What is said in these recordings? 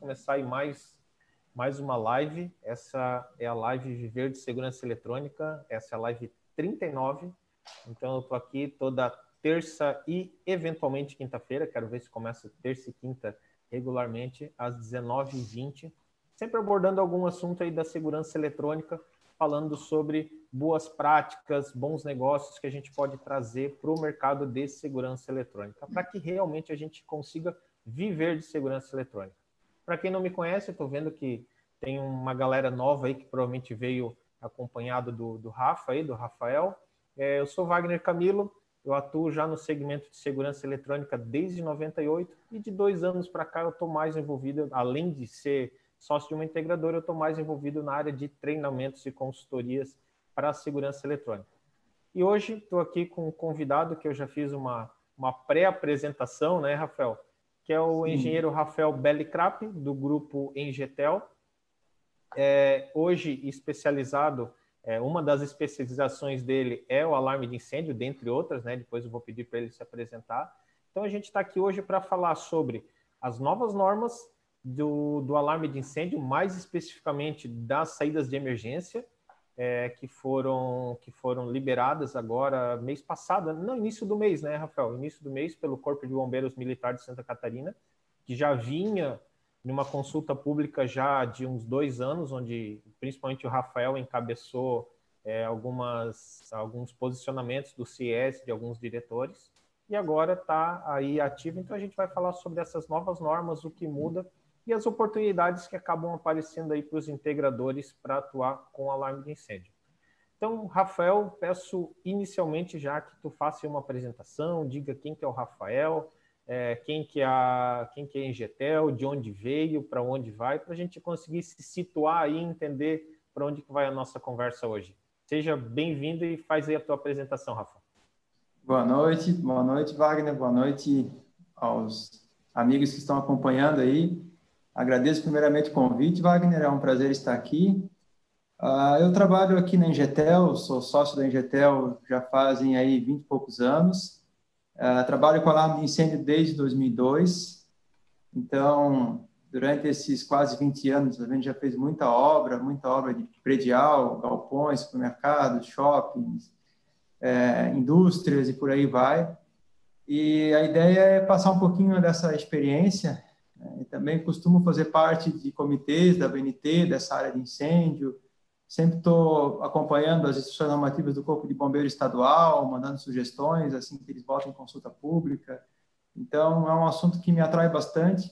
começar aí mais uma live. Essa é a live Viver de Segurança Eletrônica, essa é a live 39. Então eu estou aqui toda terça e eventualmente quinta-feira, quero ver se começa terça e quinta regularmente, às 19h20, sempre abordando algum assunto aí da segurança eletrônica, falando sobre boas práticas, bons negócios que a gente pode trazer para o mercado de segurança eletrônica, para que realmente a gente consiga viver de segurança eletrônica. Para quem não me conhece, eu estou vendo que tem uma galera nova aí que provavelmente veio acompanhado do Rafa aí, do Rafael. Eu sou Wagner Camilo, eu atuo já no segmento de segurança eletrônica desde 98 e de 2 anos para cá eu estou mais envolvido, além de ser sócio de uma integradora, eu estou mais envolvido na área de treinamentos e consultorias para a segurança eletrônica. E hoje estou aqui com um convidado que eu já fiz uma pré-apresentação, né, Rafael? Que é o engenheiro Rafael Bellicrap, do grupo Engetel. Hoje especializado, uma das especializações dele é o alarme de incêndio, dentre outras, né? Depois eu vou pedir para ele se apresentar. Então a gente está aqui hoje para falar sobre as novas normas do alarme de incêndio, mais especificamente das saídas de emergência, que foram liberadas agora, mês passado, no início do mês, né, Rafael? Início do mês, pelo Corpo de Bombeiros Militar de Santa Catarina, que já vinha numa consulta pública já de uns 2 anos, onde principalmente o Rafael encabeçou alguns posicionamentos do CIES, de alguns diretores, e agora está aí ativo. Então a gente vai falar sobre essas novas normas, o que muda, e as oportunidades que acabam aparecendo aí para os integradores para atuar com alarme de incêndio. Então, Rafael, peço inicialmente já que tu faça uma apresentação, diga quem que é o Rafael, quem que é a Engetel, de onde veio, para onde vai, para a gente conseguir se situar e entender para onde que vai a nossa conversa hoje. Seja bem-vindo e faz aí a tua apresentação, Rafa. Boa noite, Wagner, boa noite aos amigos que estão acompanhando aí. Agradeço primeiramente o convite, Wagner, é um prazer estar aqui. Eu trabalho aqui na Engetel, sou sócio da Engetel já fazem aí 20 e poucos anos. Trabalho com alarme de incêndio desde 2002, então, durante esses quase 20 anos, a gente já fez muita obra de predial, galpões, supermercados, shoppings, indústrias e por aí vai. E a ideia é passar um pouquinho dessa experiência. E também costumo fazer parte de comitês da BNT, dessa área de incêndio. Sempre estou acompanhando as instruções normativas do Corpo de Bombeiro Estadual, mandando sugestões assim que eles botam em consulta pública. Então, é um assunto que me atrai bastante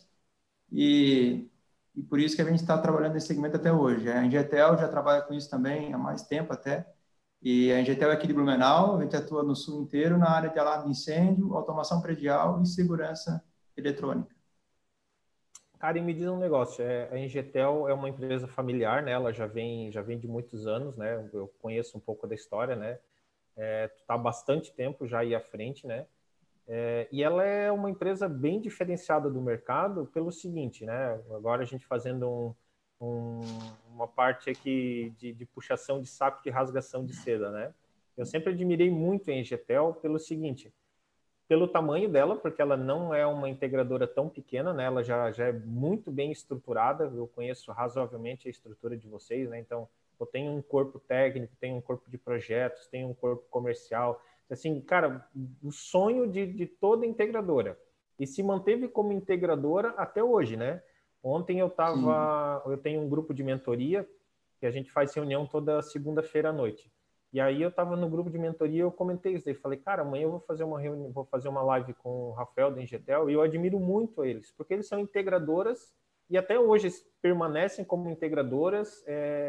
e por isso que a gente está trabalhando nesse segmento até hoje. A Engetel já trabalha com isso também há mais tempo até. E a Engetel é aqui de Blumenau, a gente atua no sul inteiro na área de alarme de incêndio, automação predial e segurança eletrônica. Cara, e me diz um negócio, a Engetel é uma empresa familiar, né? Ela já vem de muitos anos, né? Eu conheço um pouco da história, né? Tu está há bastante tempo já aí à frente, né? E ela é uma empresa bem diferenciada do mercado pelo seguinte, né? Agora a gente fazendo uma parte aqui de puxação de saco de rasgação de seda, né? Eu sempre admirei muito a Engetel pelo seguinte, pelo tamanho dela, porque ela não é uma integradora tão pequena, né? Ela já é muito bem estruturada, eu conheço razoavelmente a estrutura de vocês, né? Então, eu tenho um corpo técnico, tenho um corpo de projetos, tenho um corpo comercial. Assim, cara, o sonho de toda integradora. E se manteve como integradora até hoje, né? Ontem eu tenho um grupo de mentoria que a gente faz reunião toda segunda-feira à noite. E aí eu estava no grupo de mentoria e eu comentei isso daí. Falei, cara, amanhã eu vou fazer uma reunião, vou fazer uma live com o Rafael da Engetel e eu admiro muito eles, porque eles são integradoras e até hoje permanecem como integradoras,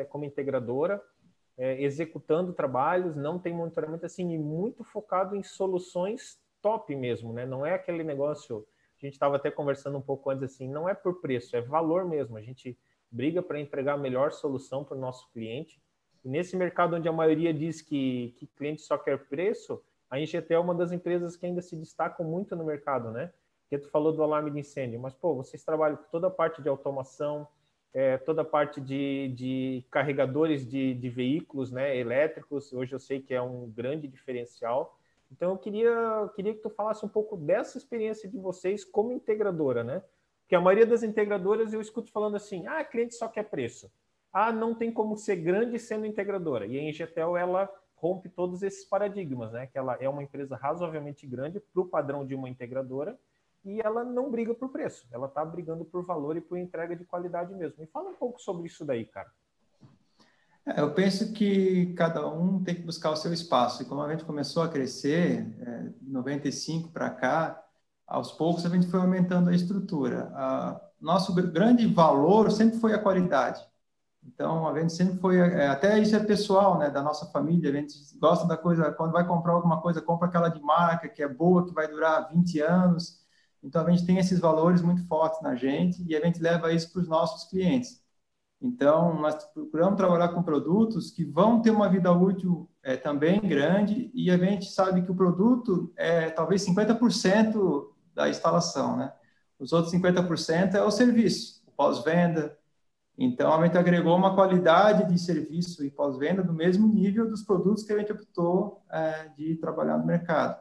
executando trabalhos, não tem monitoramento assim, e muito focado em soluções top mesmo, né? Não é aquele negócio, a gente estava até conversando um pouco antes assim, não é por preço, é valor mesmo. A gente briga para entregar a melhor solução para o nosso cliente. E nesse mercado onde a maioria diz que cliente só quer preço, a Engetel é uma das empresas que ainda se destacam muito no mercado, né? Porque tu falou do alarme de incêndio, mas, pô, vocês trabalham com toda a parte de automação, toda a parte de carregadores de veículos, né, elétricos. Hoje eu sei que é um grande diferencial. Então, eu queria que tu falasse um pouco dessa experiência de vocês como integradora, né? Porque a maioria das integradoras eu escuto falando assim, ah, cliente só quer preço. Ah, não tem como ser grande sendo integradora. E a Ingetel, ela rompe todos esses paradigmas, né? Que ela é uma empresa razoavelmente grande para o padrão de uma integradora e ela não briga por preço. Ela está brigando por valor e por entrega de qualidade mesmo. Me fala um pouco sobre isso daí, cara. Eu penso que cada um tem que buscar o seu espaço. E como a gente começou a crescer, de 95 para cá, aos poucos a gente foi aumentando a estrutura. Nosso grande valor sempre foi a qualidade. Então, a gente sempre foi, até isso é pessoal, né, da nossa família, a gente gosta da coisa, quando vai comprar alguma coisa, compra aquela de marca, que é boa, que vai durar 20 anos. Então, a gente tem esses valores muito fortes na gente e a gente leva isso para os nossos clientes. Então, nós procuramos trabalhar com produtos que vão ter uma vida útil também grande e a gente sabe que o produto é talvez 50% da instalação, né? Os outros 50% é o serviço, o pós-venda. Então, a gente agregou uma qualidade de serviço e pós-venda do mesmo nível dos produtos que a gente optou de trabalhar no mercado.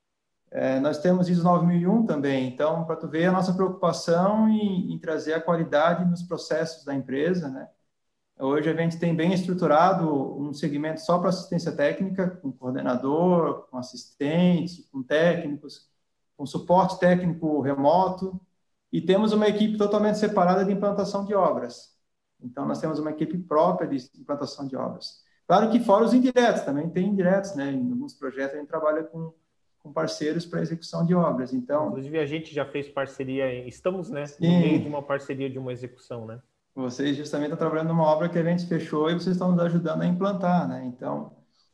Nós temos ISO 9001 também, então, para tu ver a nossa preocupação em trazer a qualidade nos processos da empresa, né? Hoje a gente tem bem estruturado um segmento só para assistência técnica, com coordenador, com assistente, com técnicos, com suporte técnico remoto, e temos uma equipe totalmente separada de implantação de obras. Então, nós temos uma equipe própria de implantação de obras. Claro que fora os indiretos, também tem indiretos, né? Em alguns projetos a gente trabalha com parceiros para execução de obras. Então, inclusive a gente já fez parceria, estamos, né, no meio de sim, uma parceria de uma execução, né? vocês justamente estão trabalhando numa obra que a gente fechou e vocês estão nos ajudando a implantar, né? Então,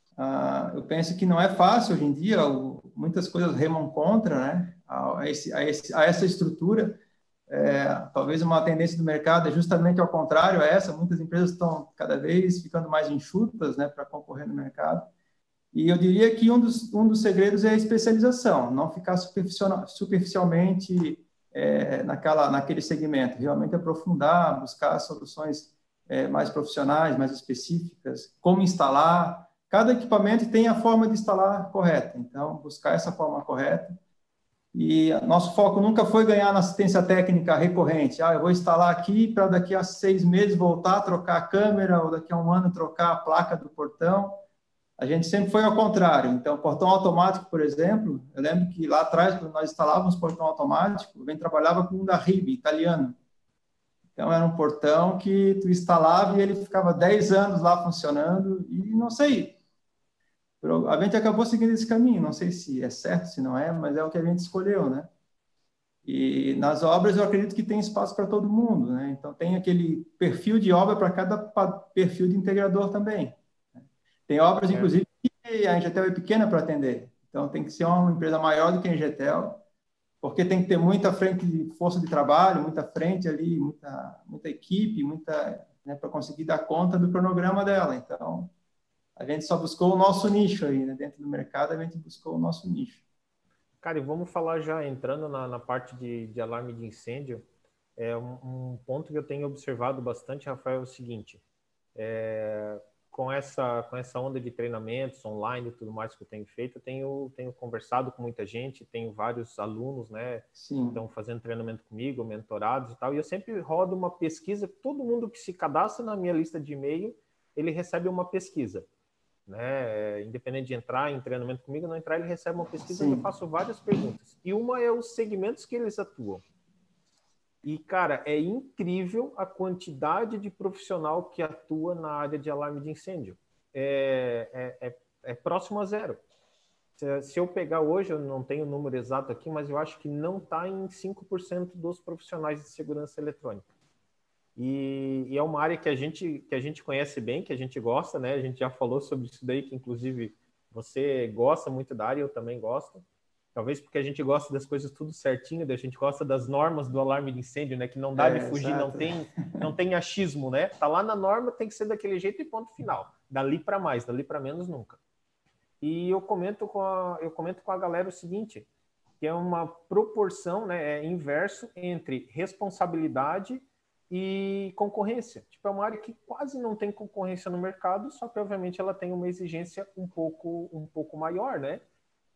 eu penso que não é fácil hoje em dia, muitas coisas remam contra, né? A essa estrutura. Talvez uma tendência do mercado é justamente ao contrário a essa. Muitas empresas estão cada vez ficando mais enxutas, né, para concorrer no mercado. E eu diria que um dos segredos é a especialização, não ficar superficialmente naquele segmento, realmente aprofundar, buscar soluções mais profissionais, mais específicas, como instalar. Cada equipamento tem a forma de instalar correta, então buscar essa forma correta. E nosso foco nunca foi ganhar na assistência técnica recorrente. Eu vou instalar aqui para daqui a 6 meses voltar a trocar a câmera, ou daqui a um ano trocar a placa do portão. A gente sempre foi ao contrário. Então, portão automático, por exemplo, eu lembro que lá atrás, quando nós instalávamos portão automático, eu trabalhava com um da RIB, italiano. Então, era um portão que tu instalava e ele ficava 10 anos lá funcionando e não sei. A gente acabou seguindo esse caminho. Não sei se é certo, se não é, mas é o que a gente escolheu, né? E nas obras eu acredito que tem espaço para todo mundo, né? Então, tem aquele perfil de obra para cada perfil de integrador também. Tem obras, inclusive, que a Ingetel é pequena para atender. Então, tem que ser uma empresa maior do que a Ingetel, porque tem que ter muita frente de força de trabalho, muita frente ali, muita equipe, né, para conseguir dar conta do cronograma dela. Então, a gente só buscou o nosso nicho aí, né? Dentro do mercado, a gente buscou o nosso nicho. Cara, e vamos falar já entrando na parte de alarme de incêndio. Um ponto que eu tenho observado bastante, Rafael, é o seguinte: com essa onda de treinamentos online e tudo mais que eu tenho feito, eu tenho conversado com muita gente, tenho vários alunos, né, Sim. que estão fazendo treinamento comigo, mentorados e tal, e eu sempre rodo uma pesquisa. Todo mundo que se cadastra na minha lista de e-mail, ele recebe uma pesquisa, né? Independente de entrar em treinamento comigo ou não entrar, ele recebe uma pesquisa onde eu faço várias perguntas. E uma é os segmentos que eles atuam. E, cara, é incrível a quantidade de profissional que atua na área de alarme de incêndio. É próximo a zero. Se eu pegar hoje, eu não tenho o número exato aqui, mas eu acho que não está em 5% dos profissionais de segurança eletrônica. E é uma área que a gente conhece bem, que a gente gosta, né? A gente já falou sobre isso daí, que inclusive você gosta muito da área, eu também gosto. Talvez porque a gente gosta das coisas tudo certinho, a gente gosta das normas do alarme de incêndio, né? Que não dá de fugir, não tem achismo, né? Tá lá na norma, tem que ser daquele jeito e ponto final. Dali para mais, dali para menos nunca. E eu comento com a galera o seguinte, que é uma proporção, né, inverso entre responsabilidade e concorrência. Tipo, é uma área que quase não tem concorrência no mercado, só que obviamente ela tem uma exigência um pouco maior, né?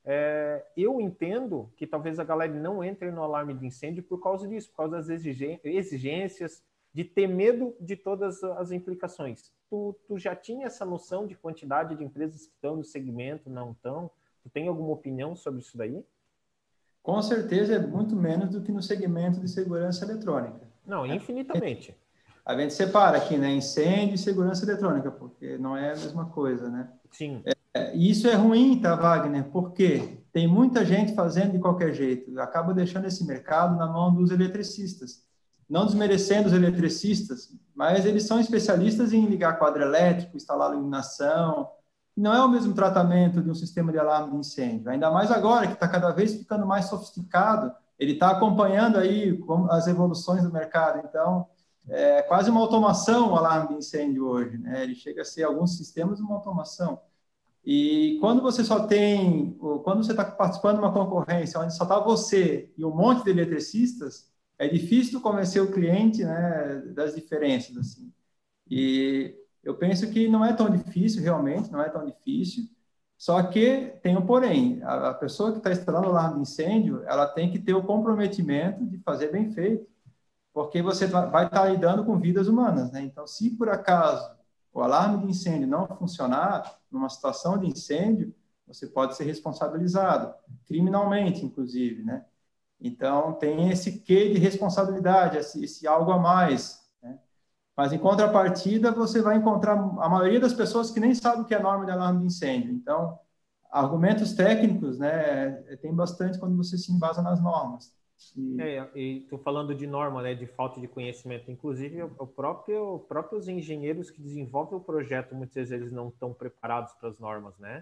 Eu entendo que talvez a galera não entre no alarme de incêndio por causa disso, por causa das exigências, de ter medo de todas as implicações. Tu já tinha essa noção de quantidade de empresas que estão no segmento, não estão? Tu tem alguma opinião sobre isso daí? Com certeza é muito menos do que no segmento de segurança eletrônica. Não, infinitamente. A gente separa aqui, né, incêndio e segurança eletrônica, porque não é a mesma coisa, né? Sim. E isso é ruim, tá, Wagner? Porque tem muita gente fazendo de qualquer jeito. Acaba deixando esse mercado na mão dos eletricistas. Não desmerecendo os eletricistas, mas eles são especialistas em ligar quadro elétrico, instalar iluminação. Não é o mesmo tratamento de um sistema de alarme de incêndio. Ainda mais agora, que está cada vez ficando mais sofisticado. Ele está acompanhando aí as evoluções do mercado. Então, é quase uma automação o alarme de incêndio hoje, né? Ele chega a ser alguns sistemas uma automação. E quando você quando você está participando de uma concorrência onde só está você e um monte de eletricistas, é difícil convencer o cliente, né, das diferenças, assim. E eu penso que não é tão difícil, realmente, não é tão difícil, só que tem um porém. A pessoa que está instalando o alarme de incêndio, ela tem que ter o comprometimento de fazer bem feito, porque você vai estar lidando com vidas humanas, né? Então, se por acaso o alarme de incêndio não funcionar numa situação de incêndio, você pode ser responsabilizado, criminalmente, inclusive, né? Então, tem esse quê de responsabilidade, esse algo a mais, né? Mas, em contrapartida, você vai encontrar a maioria das pessoas que nem sabe o que é norma de alarme de incêndio. Então, argumentos técnicos, né, tem bastante quando você se embasa nas normas. E estou falando de norma, né, de falta de conhecimento. Inclusive, próprios engenheiros que desenvolvem o projeto, muitas vezes eles não estão preparados para as normas, né?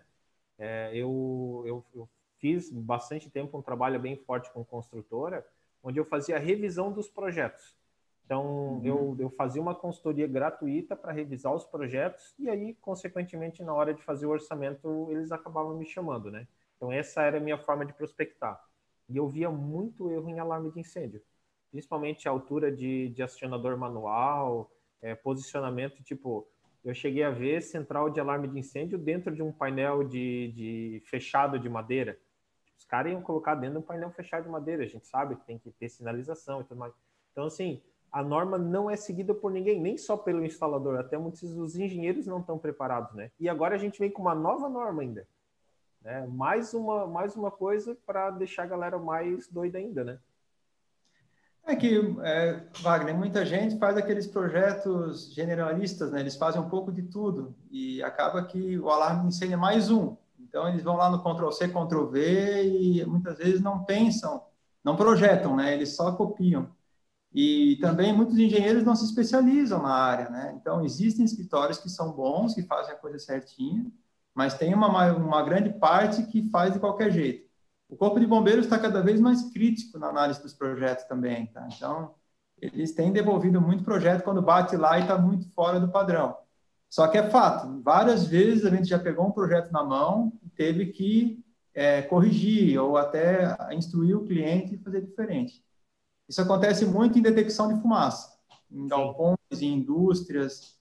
Eu fiz bastante tempo um trabalho bem forte com construtora, onde eu fazia a revisão dos projetos. Então, eu fazia uma consultoria gratuita para revisar os projetos e aí, consequentemente, na hora de fazer o orçamento, eles acabavam me chamando, né? Então, essa era a minha forma de prospectar. E eu via muito erro em alarme de incêndio, principalmente a altura de acionador manual, posicionamento, tipo, eu cheguei a ver central de alarme de incêndio dentro de um painel de fechado de madeira. Os caras iam colocar dentro de um painel fechado de madeira, a gente sabe que tem que ter sinalização e tudo mais. Então, assim, a norma não é seguida por ninguém, nem só pelo instalador, até muitos dos engenheiros não estão preparados, né? E agora a gente vem com uma nova norma ainda. Né? Mais uma coisa para deixar a galera mais doida ainda, né? Wagner, muita gente faz aqueles projetos generalistas, né? Eles fazem um pouco de tudo e acaba que o alarme de incêndio é mais um. Então, eles vão lá no Ctrl+C, Ctrl+V e muitas vezes não pensam, não projetam, né? Eles só copiam. E também muitos engenheiros não se especializam na área, né? Então, existem escritórios que são bons, que fazem a coisa certinha, mas tem uma grande parte que faz de qualquer jeito. O Corpo de Bombeiros está cada vez mais crítico na análise dos projetos também, tá? Então, eles têm devolvido muito projeto quando bate lá e está muito fora do padrão. Só que é fato, várias vezes a gente já pegou um projeto na mão e teve que corrigir ou até instruir o cliente e fazer diferente. Isso acontece muito em detecção de fumaça, em galpões, em indústrias.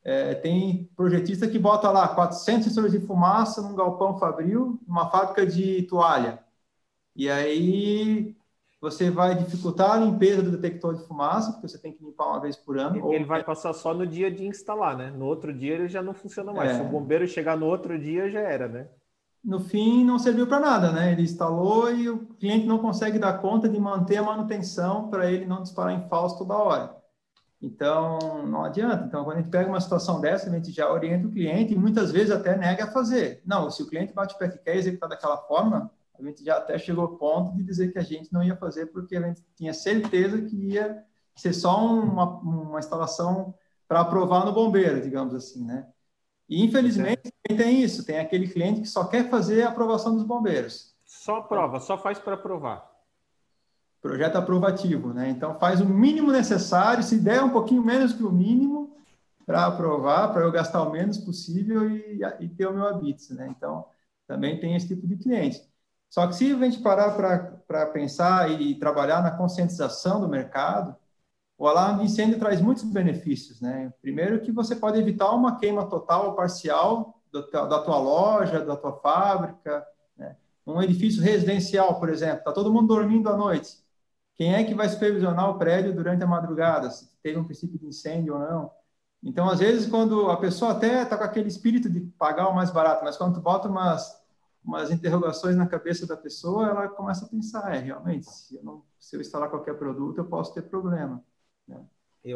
Tem projetista que bota lá 400 sensores de fumaça num galpão fabril, numa fábrica de toalha. E aí você vai dificultar a limpeza do detector de fumaça, porque você tem que limpar uma vez por ano. Ele vai passar só no dia de instalar, né? No outro dia ele já não funciona mais. Se o bombeiro chegar no outro dia, já era, né? No fim, não serviu para nada, né? Ele instalou e o cliente não consegue dar conta de manter a manutenção para ele não disparar em falso toda hora. Então, não adianta. Então, quando a gente pega uma situação dessa, a gente já orienta o cliente e muitas vezes até nega a fazer. Não, se o cliente bate o pé que quer executar daquela forma, a gente já até chegou ao ponto de dizer que a gente não ia fazer porque a gente tinha certeza que ia ser só uma instalação para aprovar no bombeiro, digamos assim, né? E, infelizmente, tem isso. Tem aquele cliente que só quer fazer a aprovação dos bombeiros. Só prova, só faz para aprovar. Projeto aprovativo, né? Então, faz o mínimo necessário, se der um pouquinho menos que o mínimo, para aprovar, para eu gastar o menos possível e ter o meu habite, né? Então, também tem esse tipo de cliente. Só que se a gente parar para pensar e trabalhar na conscientização do mercado, o alarme de incêndio traz muitos benefícios, né? Primeiro que você pode evitar uma queima total ou parcial da tua loja, da tua fábrica, né? Um edifício residencial, por exemplo, está todo mundo dormindo à noite. Quem é que vai supervisionar o prédio durante a madrugada, se teve um princípio de incêndio ou não? Então, às vezes, quando a pessoa até está com aquele espírito de pagar o mais barato, mas quando tu bota umas interrogações na cabeça da pessoa, ela começa a pensar, realmente, se eu instalar qualquer produto, eu posso ter problema, né?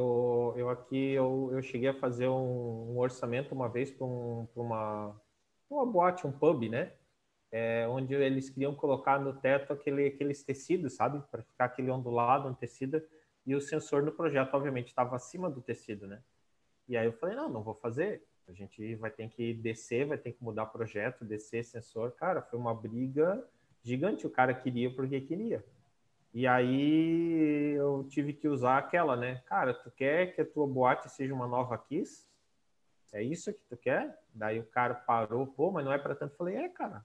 Eu cheguei a fazer um orçamento uma vez para uma boate, um pub, né? Onde eles queriam colocar no teto aqueles tecidos, sabe? Para ficar aquele ondulado, um tecido, e o sensor no projeto, obviamente, estava acima do tecido, né? E aí eu falei, não vou fazer. A gente vai ter que descer, vai ter que mudar o projeto, descer sensor. Cara, foi uma briga gigante. O cara queria porque queria. E aí eu tive que usar aquela, né? Cara, tu quer que a tua boate seja uma nova Kiss? É isso que tu quer? Daí o cara parou, pô, mas não é para tanto. Eu falei, cara,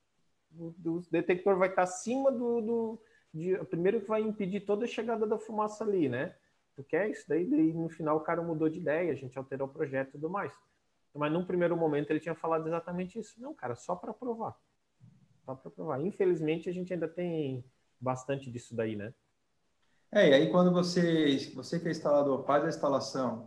o detector vai estar acima primeiro que vai impedir toda a chegada da fumaça ali, né? Tu quer isso? Daí no final o cara mudou de ideia, a gente alterou o projeto e tudo mais. Mas num primeiro momento ele tinha falado exatamente isso. Não, cara, só para provar. Só para provar. Infelizmente a gente ainda tem bastante disso daí, né? E aí quando você que é instalador faz a instalação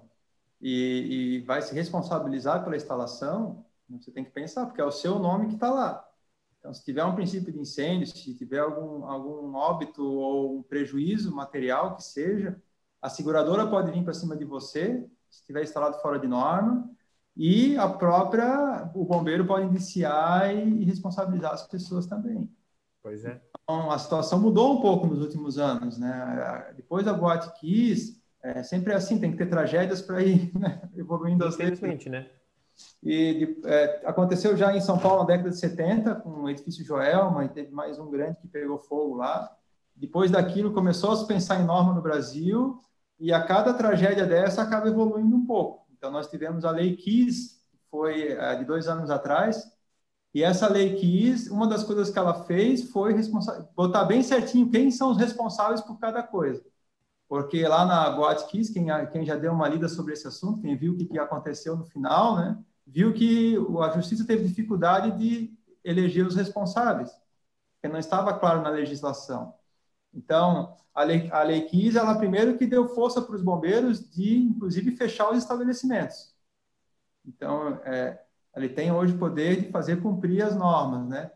e vai se responsabilizar pela instalação, você tem que pensar, porque é o seu nome que está lá. Então, se tiver um princípio de incêndio, se tiver algum óbito ou um prejuízo material que seja, a seguradora pode vir para cima de você, se estiver instalado fora de norma, e o bombeiro pode indiciar e responsabilizar as pessoas também. Pois é. Então, a situação mudou um pouco nos últimos anos, né? Depois da Boate Kiss, sempre é assim, tem que ter tragédias para ir, né, evoluindo as leis. Infelizmente, né? E aconteceu já em São Paulo na década de 70, com o edifício Joelma, e teve mais um grande que pegou fogo lá. Depois daquilo, começou a se pensar em norma no Brasil, e a cada tragédia dessa acaba evoluindo um pouco. Então, nós tivemos a Lei Kiss, que foi de 2 anos atrás, e essa Lei Kiss, uma das coisas que ela fez foi botar bem certinho quem são os responsáveis por cada coisa. Porque lá na Boate Kiss, quem já deu uma lida sobre esse assunto, quem viu o que aconteceu no final, né, viu que a justiça teve dificuldade de eleger os responsáveis, porque não estava claro na legislação. Então, a lei Kiss, ela primeiro que deu força para os bombeiros de, inclusive, fechar os estabelecimentos. Então, ele tem hoje o poder de fazer cumprir as normas, né?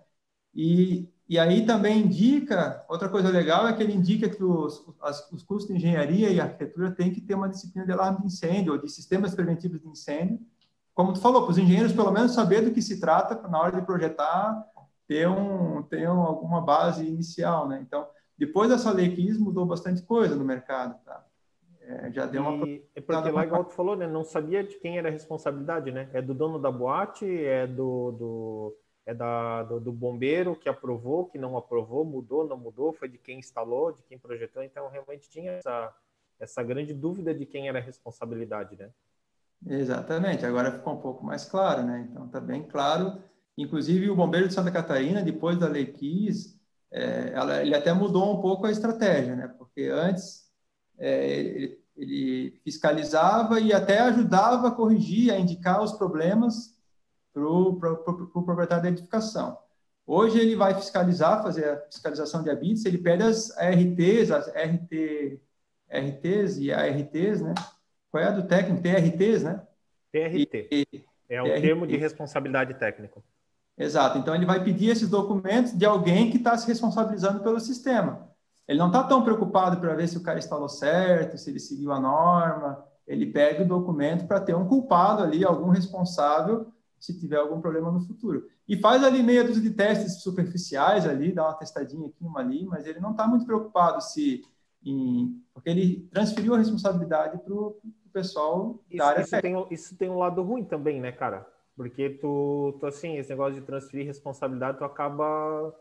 E aí também indica, outra coisa legal é que ele indica que os cursos de engenharia e arquitetura têm que ter uma disciplina de alarme de incêndio ou de sistemas preventivos de incêndio, como tu falou, para os engenheiros pelo menos saber do que se trata na hora de projetar, ter alguma base inicial, né? Então, depois dessa lei Kiss mudou bastante coisa no mercado, tá? Já deu uma... É porque lá, igual tu falou, né? Não sabia de quem era a responsabilidade, né? É do dono da boate, é do bombeiro que aprovou, que não aprovou, mudou, não mudou, foi de quem instalou, de quem projetou. Então, realmente tinha essa grande dúvida de quem era a responsabilidade, né? Exatamente. Agora ficou um pouco mais claro, né? Então, está bem claro. Inclusive, o Bombeiro de Santa Catarina, depois da Lei Kiss, ele até mudou um pouco a estratégia, né? Porque antes ele fiscalizava e até ajudava a corrigir, a indicar os problemas para o proprietário da edificação. Hoje ele vai fiscalizar, fazer a fiscalização de habitos, ele pede as ARTs, RTs e ARTs, né? Qual é a do técnico? TRTs, né? TRT. É o termo de responsabilidade técnica. Exato. Então, ele vai pedir esses documentos de alguém que está se responsabilizando pelo sistema. Ele não está tão preocupado para ver se o cara instalou certo, se ele seguiu a norma. Ele pega o documento para ter um culpado ali, algum responsável, se tiver algum problema no futuro. E faz ali meia dúzia de testes superficiais ali, dá uma testadinha aqui, uma ali, mas ele não está muito preocupado porque ele transferiu a responsabilidade para o pessoal da área técnica. Isso tem um lado ruim também, né, cara? Porque tu assim, esse negócio de transferir responsabilidade, tu acaba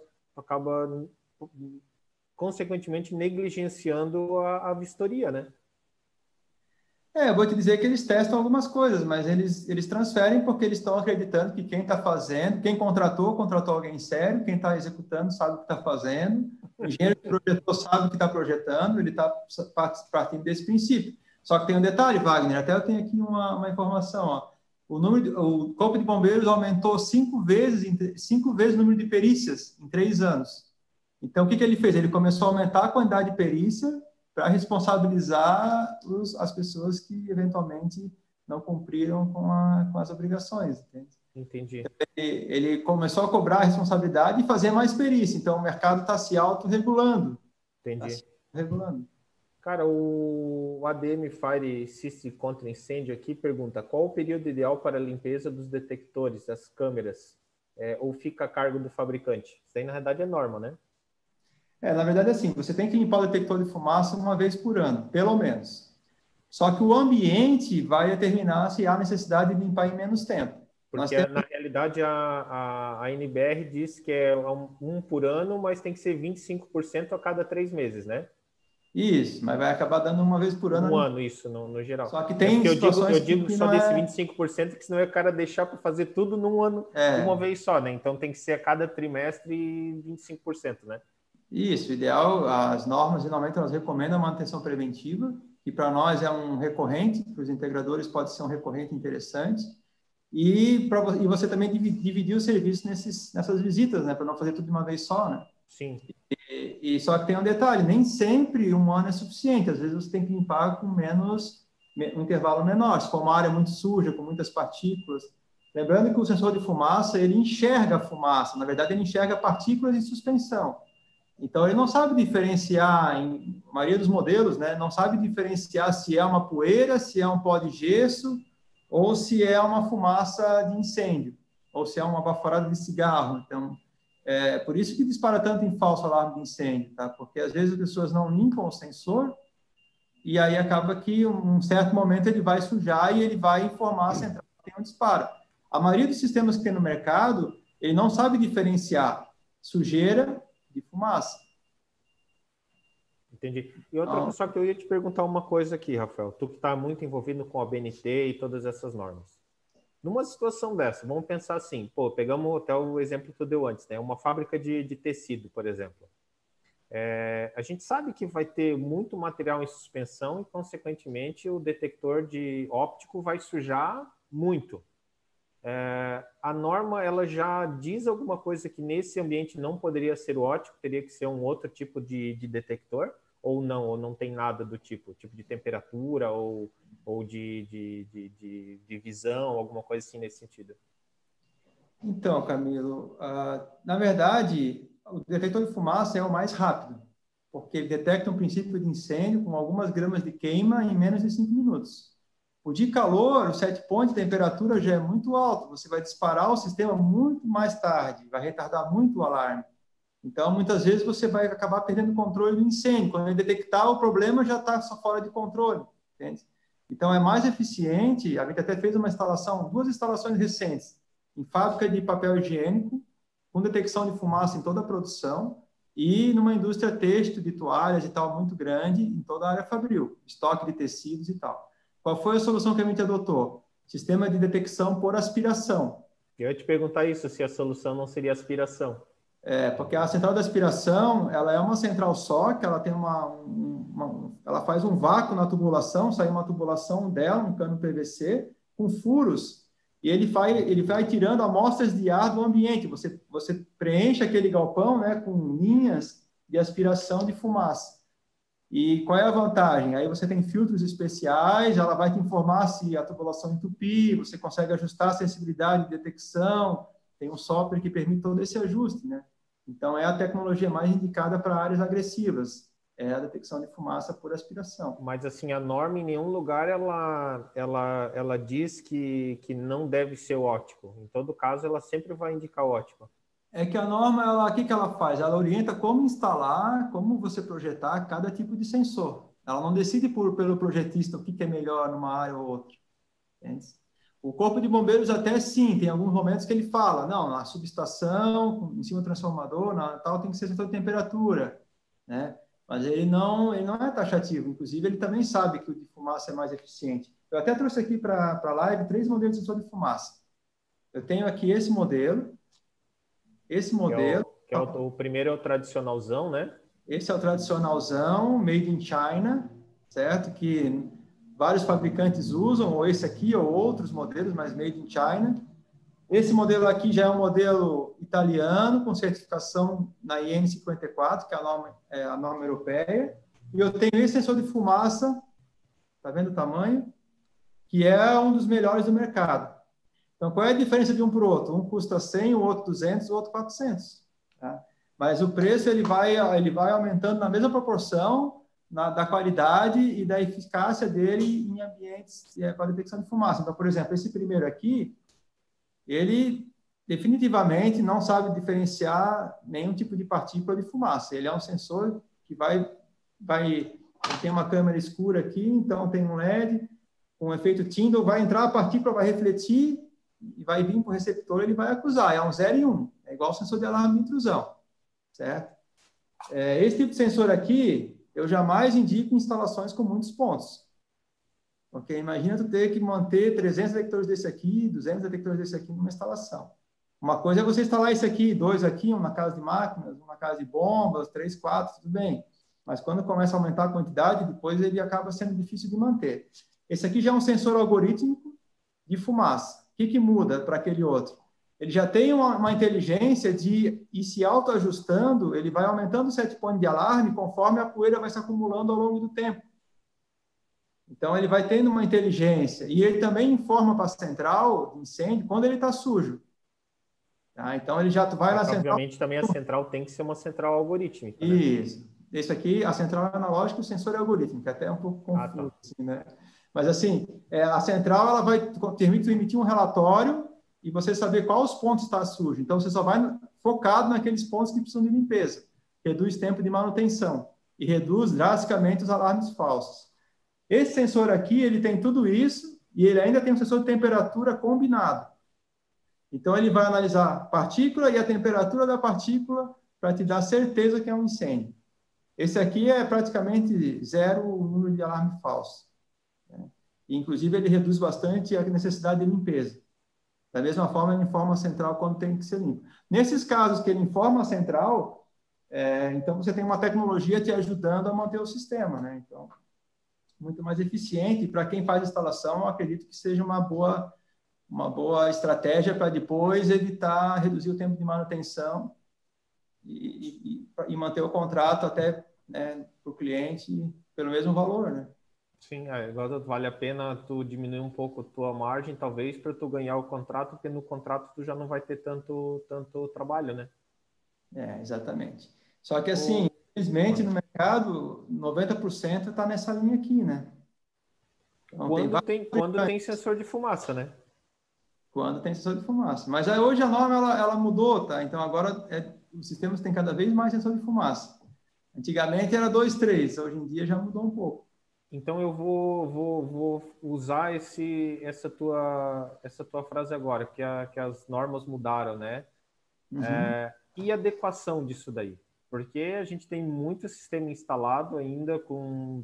consequentemente negligenciando a vistoria, né? Eu vou te dizer que eles testam algumas coisas, mas eles transferem porque eles estão acreditando que quem está fazendo, quem contratou alguém sério, quem está executando sabe o que está fazendo, o engenheiro que projetou sabe o que está projetando, ele está partindo desse princípio. Só que tem um detalhe, Wagner, até eu tenho aqui uma informação, ó. o Corpo de Bombeiros aumentou 5 vezes o número de perícias em 3 anos. Então, o que ele fez? Ele começou a aumentar a quantidade de perícia para responsabilizar as pessoas que, eventualmente, não cumpriram com as obrigações. Entende? Entendi. Então, ele começou a cobrar a responsabilidade e fazer mais perícia. Então, o mercado está se autorregulando. Entendi. Tá se regulando. Cara, o ADM Fire System contra incêndio aqui pergunta: qual o período ideal para a limpeza dos detectores, das câmeras? Ou fica a cargo do fabricante? Isso aí, na verdade, é norma, né? Na verdade, assim, você tem que limpar o detector de fumaça uma vez por ano, pelo menos. Só que o ambiente vai determinar se há necessidade de limpar em menos tempo. Porque, na realidade, a NBR diz que é um por ano, mas tem que ser 25% a cada 3 meses, né? Isso, mas vai acabar dando uma vez por ano. Um ano, isso, no geral. Só que tem situações eu digo que só não desse 25%, que senão é o cara deixar para fazer tudo num ano, de uma vez só, né? Então tem que ser a cada trimestre 25%, né? Isso, o ideal, as normas geralmente elas recomendam a manutenção preventiva, que para nós é um recorrente, para os integradores pode ser um recorrente interessante, e você também dividir o serviço nessas visitas, né? Para não fazer tudo de uma vez só, né? Sim. E só que tem um detalhe, nem sempre um ano é suficiente, às vezes você tem que limpar com um intervalo menor, se for uma área muito suja, com muitas partículas. Lembrando que o sensor de fumaça, ele enxerga a fumaça, na verdade ele enxerga partículas em suspensão. Então ele não sabe diferenciar, em maioria dos modelos, né, não sabe diferenciar se é uma poeira, se é um pó de gesso, ou se é uma fumaça de incêndio, ou se é uma baforada de cigarro. Então, por isso que dispara tanto em falso alarme de incêndio, tá? Porque às vezes as pessoas não limpam o sensor e aí acaba que um certo momento ele vai sujar e ele vai informar a central que tem um disparo. A maioria dos sistemas que tem no mercado, ele não sabe diferenciar sujeira de fumaça. Entendi. E outra coisa, só que eu ia te perguntar uma coisa aqui, Rafael. Tu que está muito envolvido com a BNT e todas essas normas. Numa situação dessa, vamos pensar assim, pô, pegamos até o exemplo que tu deu antes, né? Uma fábrica de tecido, por exemplo. A gente sabe que vai ter muito material em suspensão e, consequentemente, o detector de óptico vai sujar muito. A norma, ela já diz alguma coisa que nesse ambiente não poderia ser o óptico, teria que ser um outro tipo de detector? Ou não tem nada do tipo de temperatura ou de visão, alguma coisa assim nesse sentido? Então, Camilo, na verdade, o detector de fumaça é o mais rápido, porque ele detecta um princípio de incêndio com algumas gramas de queima em menos de 5 minutos. O de calor, o set point de temperatura já é muito alto, você vai disparar o sistema muito mais tarde, vai retardar muito o alarme. Então, muitas vezes você vai acabar perdendo o controle do incêndio. Quando ele detectar, o problema já está só fora de controle, entende? Então, é mais eficiente, a gente até fez uma instalação, 2 instalações recentes, em fábrica de papel higiênico, com detecção de fumaça em toda a produção, e numa indústria têxtil de toalhas e tal, muito grande, em toda a área fabril, estoque de tecidos e tal. Qual foi a solução que a gente adotou? Sistema de detecção por aspiração. Eu ia te perguntar isso, se a solução não seria aspiração. Porque a central de aspiração, ela é uma central só, que ela tem ela faz um vácuo na tubulação, sai uma tubulação dela, um cano PVC, com furos, e ele vai tirando amostras de ar do ambiente. Você preenche aquele galpão, né, com linhas de aspiração de fumaça. E qual é a vantagem? Aí você tem filtros especiais, ela vai te informar se a tubulação entupir, você consegue ajustar a sensibilidade de detecção, tem um software que permite todo esse ajuste, né? Então, é a tecnologia mais indicada para áreas agressivas, é a detecção de fumaça por aspiração. Mas, assim, a norma em nenhum lugar ela diz que não deve ser o óptico. Em todo caso, ela sempre vai indicar o óptico. É que a norma, o que ela faz? Ela orienta como instalar, como você projetar cada tipo de sensor. Ela não decide pelo projetista o que é melhor numa área ou outra. Entende? O Corpo de Bombeiros até sim, tem alguns momentos que ele fala, não, na subestação, em cima do transformador, tal, tem que ser sensor de temperatura, né? Mas ele não é taxativo, inclusive ele também sabe que o de fumaça é mais eficiente. Eu até trouxe aqui para a live 3 modelos de sensor de fumaça. Eu tenho aqui esse modelo, O primeiro é o tradicionalzão, né? esse é o tradicionalzão, made in China, certo? Que vários fabricantes usam, ou esse aqui, ou outros modelos, mas made in China. Esse modelo aqui já é um modelo italiano, com certificação na IN 54, que é a norma europeia. E eu tenho esse sensor de fumaça, tá vendo o tamanho? Que é um dos melhores do mercado. Então, qual é a diferença de um para o outro? Um custa 100, o outro 200, o outro 400. Tá? Mas o preço ele vai aumentando na mesma proporção da qualidade e da eficácia dele em ambientes com a detecção de fumaça. Então, por exemplo, esse primeiro aqui, ele definitivamente não sabe diferenciar nenhum tipo de partícula de fumaça. Ele é um sensor que tem uma câmera escura aqui, então tem um LED, com efeito Tyndall, vai entrar, a partícula vai refletir e vai vir para o receptor, ele vai acusar. É um 0 e 1. É igual o sensor de alarme de intrusão. Certo? Esse tipo de sensor aqui, eu jamais indico instalações com muitos pontos. Ok? Imagina tu ter que manter 300 detectores desse aqui, 200 detectores desse aqui numa instalação. Uma coisa é você instalar esse aqui, 2 aqui, um na casa de máquinas, um na casa de bombas, 3, 4, tudo bem. Mas quando começa a aumentar a quantidade, depois ele acaba sendo difícil de manter. Esse aqui já é um sensor algorítmico de fumaça. O que muda para aquele outro? Ele já tem uma inteligência de ir se autoajustando, ele vai aumentando o set point de alarme conforme a poeira vai se acumulando ao longo do tempo. Então, ele vai tendo uma inteligência. E ele também informa para a central de incêndio quando ele está sujo. Tá? Então, ele já vai na central... Obviamente, também a central tem que ser uma central algorítmica. Né? Isso. Esse aqui, a central é analógica e o sensor é algorítmico. Até um pouco confuso. Tá. Assim, né? Mas, assim, a central ela vai permitir emitir um relatório e você saber quais pontos está sujo. Então, você só vai focado naqueles pontos que precisam de limpeza. Reduz tempo de manutenção e reduz drasticamente os alarmes falsos. Esse sensor aqui, ele tem tudo isso e ele ainda tem um sensor de temperatura combinado. Então, ele vai analisar a partícula e a temperatura da partícula para te dar certeza que é um incêndio. Esse aqui é praticamente zero o número de alarme falso. Né? E, inclusive, ele reduz bastante a necessidade de limpeza. Da mesma forma, ele informa a central quando tem que ser limpo. Nesses casos que ele informa a central, então você tem uma tecnologia te ajudando a manter o sistema. Né? Então, muito mais eficiente. E para quem faz instalação, eu acredito que seja uma boa estratégia para depois evitar reduzir o tempo de manutenção e manter o contrato até, né, para o cliente pelo mesmo valor, né? Sim, agora vale a pena tu diminuir um pouco a tua margem, talvez, para tu ganhar o contrato, porque no contrato tu já não vai ter tanto trabalho, né? Exatamente. Só que, assim, infelizmente, no mercado, 90% está nessa linha aqui, né? Então, quando tem sensor de fumaça, né? Quando tem sensor de fumaça. Mas aí, hoje a norma ela mudou, tá? Então agora os sistemas têm cada vez mais sensor de fumaça. Antigamente era 2, 3, hoje em dia já mudou um pouco. Então eu vou usar essa tua frase agora, que as normas mudaram, né? Uhum. E a adequação disso daí? Porque a gente tem muito sistema instalado ainda com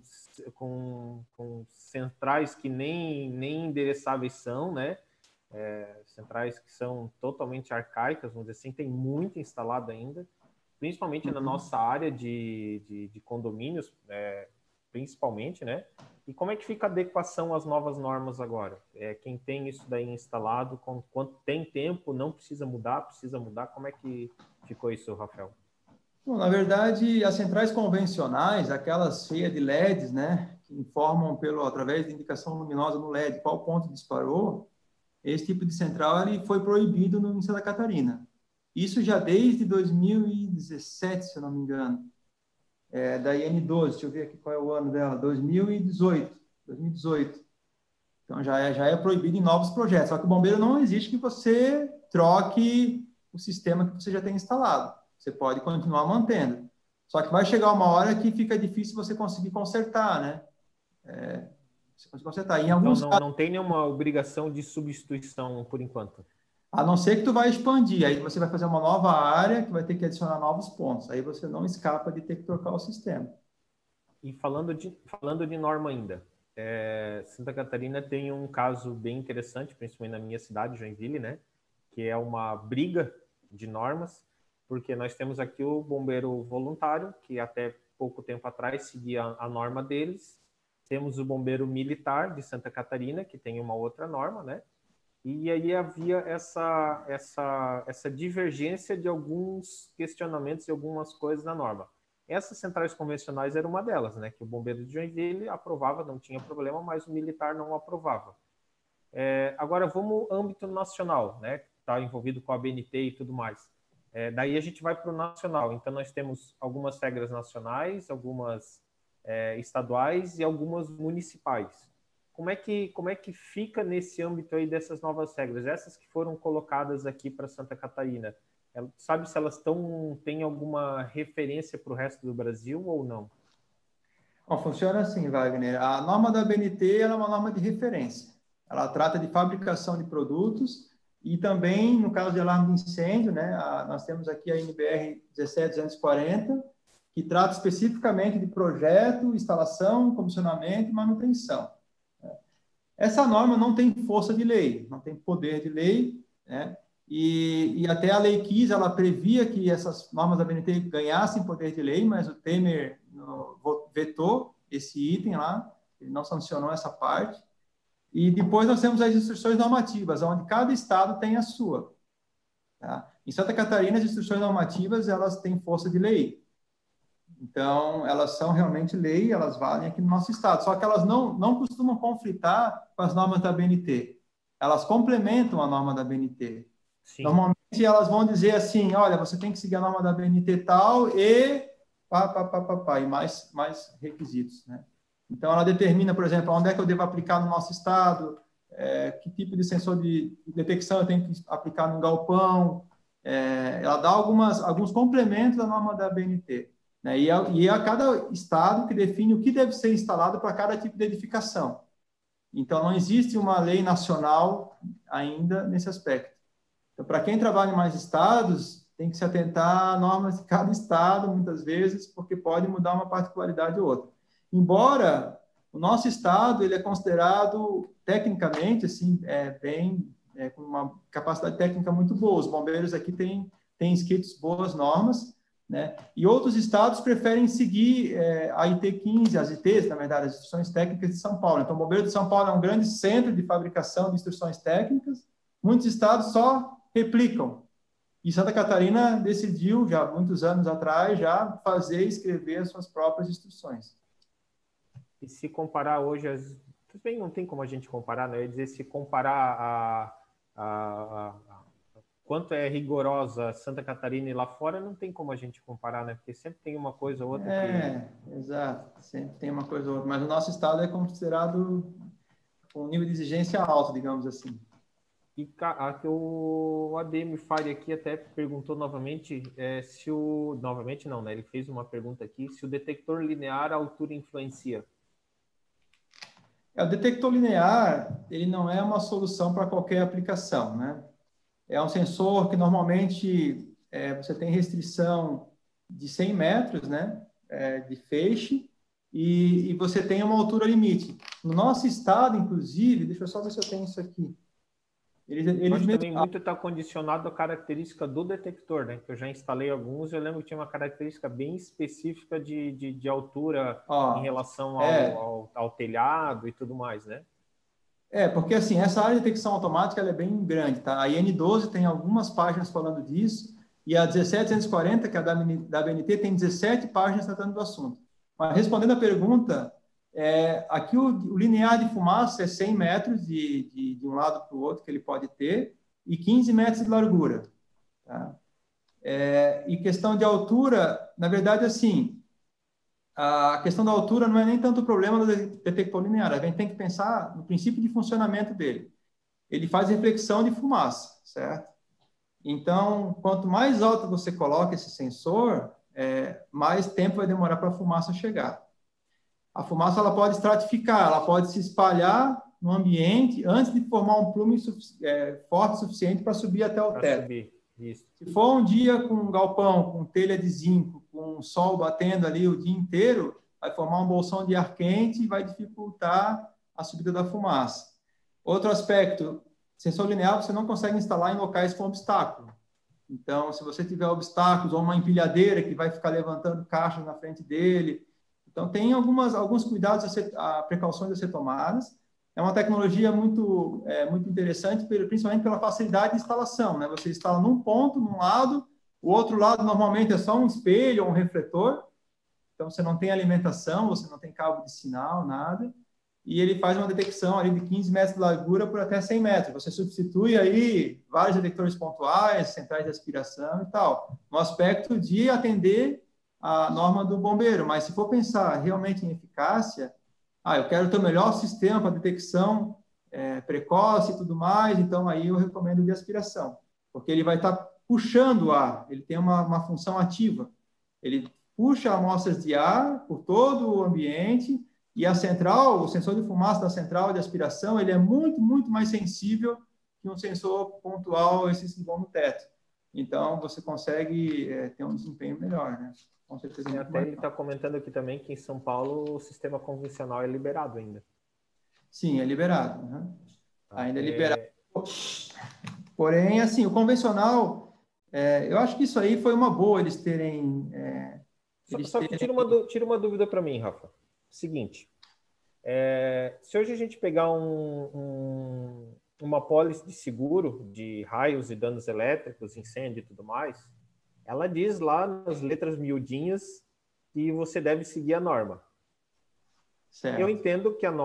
centrais que nem endereçáveis são, né? Centrais que são totalmente arcaicas, vamos dizer assim, tem muito instalado ainda, principalmente na nossa área de condomínios, principalmente, né? E como é que fica a adequação às novas normas agora? Quem tem isso daí instalado, quanto tem tempo, não precisa mudar, como é que ficou isso, Rafael? Bom, na verdade, as centrais convencionais, aquelas cheias de LEDs, né, que informam através de indicação luminosa no LED qual ponto disparou, esse tipo de central ele foi proibido no Santa Catarina. Isso já desde 2017, se eu não me engano. Da IN12, deixa eu ver aqui qual é o ano dela, 2018. Então, já é proibido em novos projetos. Só que o bombeiro não exige que você troque o sistema que você já tem instalado. Você pode continuar mantendo. Só que vai chegar uma hora que fica difícil você conseguir consertar, né? Você consegue consertar. Em alguns casos, não tem nenhuma obrigação de substituição por enquanto. A não ser que tu vai expandir, aí você vai fazer uma nova área que vai ter que adicionar novos pontos. Aí você não escapa de ter que trocar o sistema. E falando de norma ainda, Santa Catarina tem um caso bem interessante, principalmente na minha cidade, Joinville, né? Que é uma briga de normas, porque nós temos aqui o bombeiro voluntário, que até pouco tempo atrás seguia a norma deles, temos o bombeiro militar de Santa Catarina, que tem uma outra norma, né? E aí havia essa divergência de alguns questionamentos e algumas coisas na norma. Essas centrais convencionais era uma delas, né? Que o bombeiro de Joinville aprovava, não tinha problema, mas o militar não aprovava. Agora, vamos ao âmbito nacional, né? Está envolvido com a BNT e tudo mais. Daí a gente vai para o nacional. Então, nós temos algumas regras nacionais, algumas estaduais e algumas municipais. Como é que fica nesse âmbito aí dessas novas regras? Essas que foram colocadas aqui para Santa Catarina, sabe se elas têm alguma referência para o resto do Brasil ou não? Bom, funciona assim, Wagner. A norma da BNT ela é uma norma de referência. Ela trata de fabricação de produtos e também, no caso de alarme de incêndio, né, nós temos aqui a NBR 17240, que trata especificamente de projeto, instalação, comissionamento e manutenção. Essa norma não tem força de lei, não tem poder de lei, né? E até a Lei 15, ela previa que essas normas da BNT ganhassem poder de lei, mas o Temer vetou esse item lá, ele não sancionou essa parte. E depois nós temos as instruções normativas, onde cada estado tem a sua. Tá? Em Santa Catarina, as instruções normativas, elas têm força de lei. Então, elas são realmente lei, elas valem aqui no nosso estado. Só que elas não costumam conflitar com as normas da BNT. Elas complementam a norma da BNT. Sim. Normalmente, elas vão dizer assim, olha, você tem que seguir a norma da BNT tal e e mais requisitos, né? Então, ela determina, por exemplo, onde é que eu devo aplicar no nosso estado, que tipo de sensor de detecção eu tenho que aplicar no galpão. Ela dá alguns complementos à norma da BNT. Né? E é cada estado que define o que deve ser instalado para cada tipo de edificação. Então, não existe uma lei nacional ainda nesse aspecto. Então, para quem trabalha em mais estados, tem que se atentar a normas de cada estado, muitas vezes, porque pode mudar uma particularidade ou outra. Embora o nosso estado ele é considerado, tecnicamente, assim, com uma capacidade técnica muito boa. Os bombeiros aqui têm escritos boas normas, né? E outros estados preferem seguir a IT15, as ITs, na verdade, as Instruções Técnicas de São Paulo. Então, o Bombeiro de São Paulo é um grande centro de fabricação de instruções técnicas. Muitos estados só replicam. E Santa Catarina decidiu, já há muitos anos atrás, já fazer e escrever as suas próprias instruções. E se comparar hoje, também não tem como a gente comparar, né? Eu ia dizer, se comparar quanto é rigorosa Santa Catarina e lá fora, não tem como a gente comparar, né? Porque sempre tem uma coisa ou outra Exato. Sempre tem uma coisa ou outra. Mas o nosso estado é considerado com um nível de exigência alto, digamos assim. E o ADM Fire aqui até perguntou novamente novamente não, né? Ele fez uma pergunta aqui, se o detector linear a altura influencia. O detector linear, ele não é uma solução para qualquer aplicação, né? É um sensor que normalmente você tem restrição de 100 metros, né? De feixe, e você tem uma altura limite. No nosso estado, inclusive, deixa eu só ver se eu tenho isso aqui. Mas também muito está condicionado à característica do detector, né? Que eu já instalei alguns, eu lembro que tinha uma característica bem específica de altura em relação ao telhado e tudo mais, né? Porque assim, essa área de detecção automática ela é bem grande, tá? A IN12 tem algumas páginas falando disso, e a 17240, que é da BNT, tem 17 páginas tratando do assunto. Mas respondendo a pergunta, aqui o linear de fumaça é 100 metros de um lado para o outro que ele pode ter, e 15 metros de largura. Tá? E questão de altura, na verdade, assim, a questão da altura não é nem tanto o problema do detector linear, a gente tem que pensar no princípio de funcionamento dele. Ele faz reflexão de fumaça, certo? Então, quanto mais alto você coloca esse sensor, mais tempo vai demorar para a fumaça chegar. A fumaça ela pode estratificar, ela pode se espalhar no ambiente antes de formar um plume forte o suficiente para subir até o teto. Isso. Se for um dia com um galpão, com telha de zinco, com o sol batendo ali o dia inteiro, vai formar um bolsão de ar quente e vai dificultar a subida da fumaça. Outro aspecto, sensor linear você não consegue instalar em locais com obstáculo. Então, se você tiver obstáculos ou uma empilhadeira que vai ficar levantando caixas na frente dele, Então, tem alguns cuidados, precauções a ser tomadas. É uma tecnologia muito interessante, principalmente pela facilidade de instalação, né? Você instala num ponto, num lado, o outro lado normalmente é só um espelho ou um refletor, então você não tem alimentação, você não tem cabo de sinal, nada, e ele faz uma detecção ali de 15 metros de largura por até 100 metros. Você substitui aí vários detectores pontuais, centrais de aspiração e tal, no aspecto de atender a norma do bombeiro. Mas se for pensar realmente em eficácia, eu quero ter o melhor sistema para detecção precoce e tudo mais, então aí eu recomendo de aspiração, porque ele vai estar puxando o ar, ele tem uma função ativa. Ele puxa amostras de ar por todo o ambiente e a central, o sensor de fumaça da central de aspiração, ele é muito, muito mais sensível que um sensor pontual, esses que vão no teto. Então, você consegue ter um desempenho melhor, né? Com certeza. E até ele está comentando aqui também que em São Paulo o sistema convencional é liberado ainda. Sim, é liberado. Uhum. Ainda é liberado. Porém, assim, o convencional, eu acho que isso aí foi uma boa eles terem... Só que tira uma dúvida para mim, Rafa. Seguinte, se hoje a gente pegar uma pólice de seguro de raios e danos elétricos, incêndio e tudo mais, ela diz lá nas letras miudinhas que você deve seguir a norma. Certo. Eu entendo que a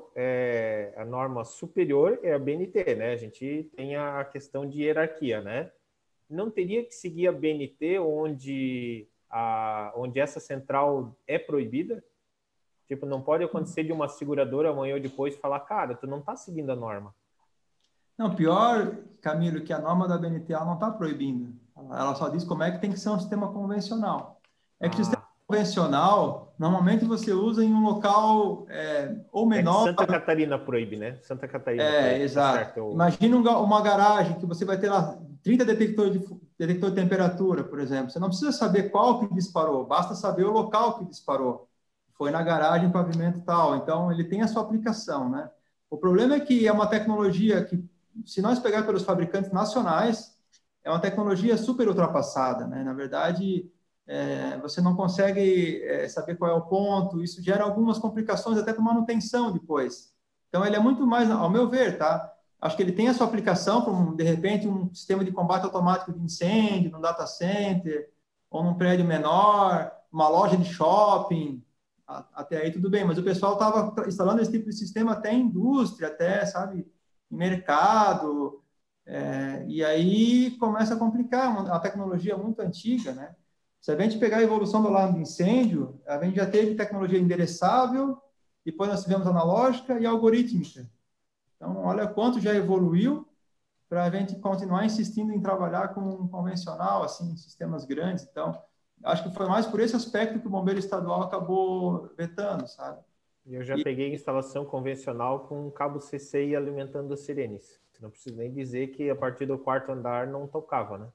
norma superior é a BNT, né? A gente tem a questão de hierarquia, né? Não teria que seguir a BNT onde essa central é proibida? Tipo, não pode acontecer de uma seguradora amanhã ou depois falar, cara, tu não está seguindo a norma. Não, pior, Camilo, que a norma da BNT não está proibindo. Ela só diz como é que tem que ser um sistema convencional. É que o sistema convencional, normalmente você usa em um local ou menor... Santa Catarina proíbe, né? Santa Catarina proíbe. Exato. Certo. Imagina uma garagem que você vai ter lá 30 detector de temperatura, por exemplo. Você não precisa saber qual que disparou, basta saber o local que disparou. Foi na garagem, pavimento tal. Então, ele tem a sua aplicação, né? O problema é que é uma tecnologia que, se nós pegar pelos fabricantes nacionais, é uma tecnologia super ultrapassada, né? Na verdade, você não consegue saber qual é o ponto, isso gera algumas complicações até para manutenção depois. Então, ele é muito mais, ao meu ver, tá? Acho que ele tem a sua aplicação para, de repente, um sistema de combate automático de incêndio, num data center, ou num prédio menor, uma loja de shopping, até aí tudo bem, mas o pessoal estava instalando esse tipo de sistema até em indústria, até, sabe, em mercado, e aí começa a complicar, uma tecnologia muito antiga, né? Se a gente pegar a evolução do alarme de incêndio, a gente já teve tecnologia endereçável, depois nós tivemos analógica e algorítmica. Então, olha quanto já evoluiu para a gente continuar insistindo em trabalhar com um convencional, assim, sistemas grandes. Então, acho que foi mais por esse aspecto que o Bombeiro Estadual acabou vetando, sabe? Eu já peguei instalação convencional com cabo CCI alimentando as sirenes. Não preciso nem dizer que a partir do 4º andar não tocava, né?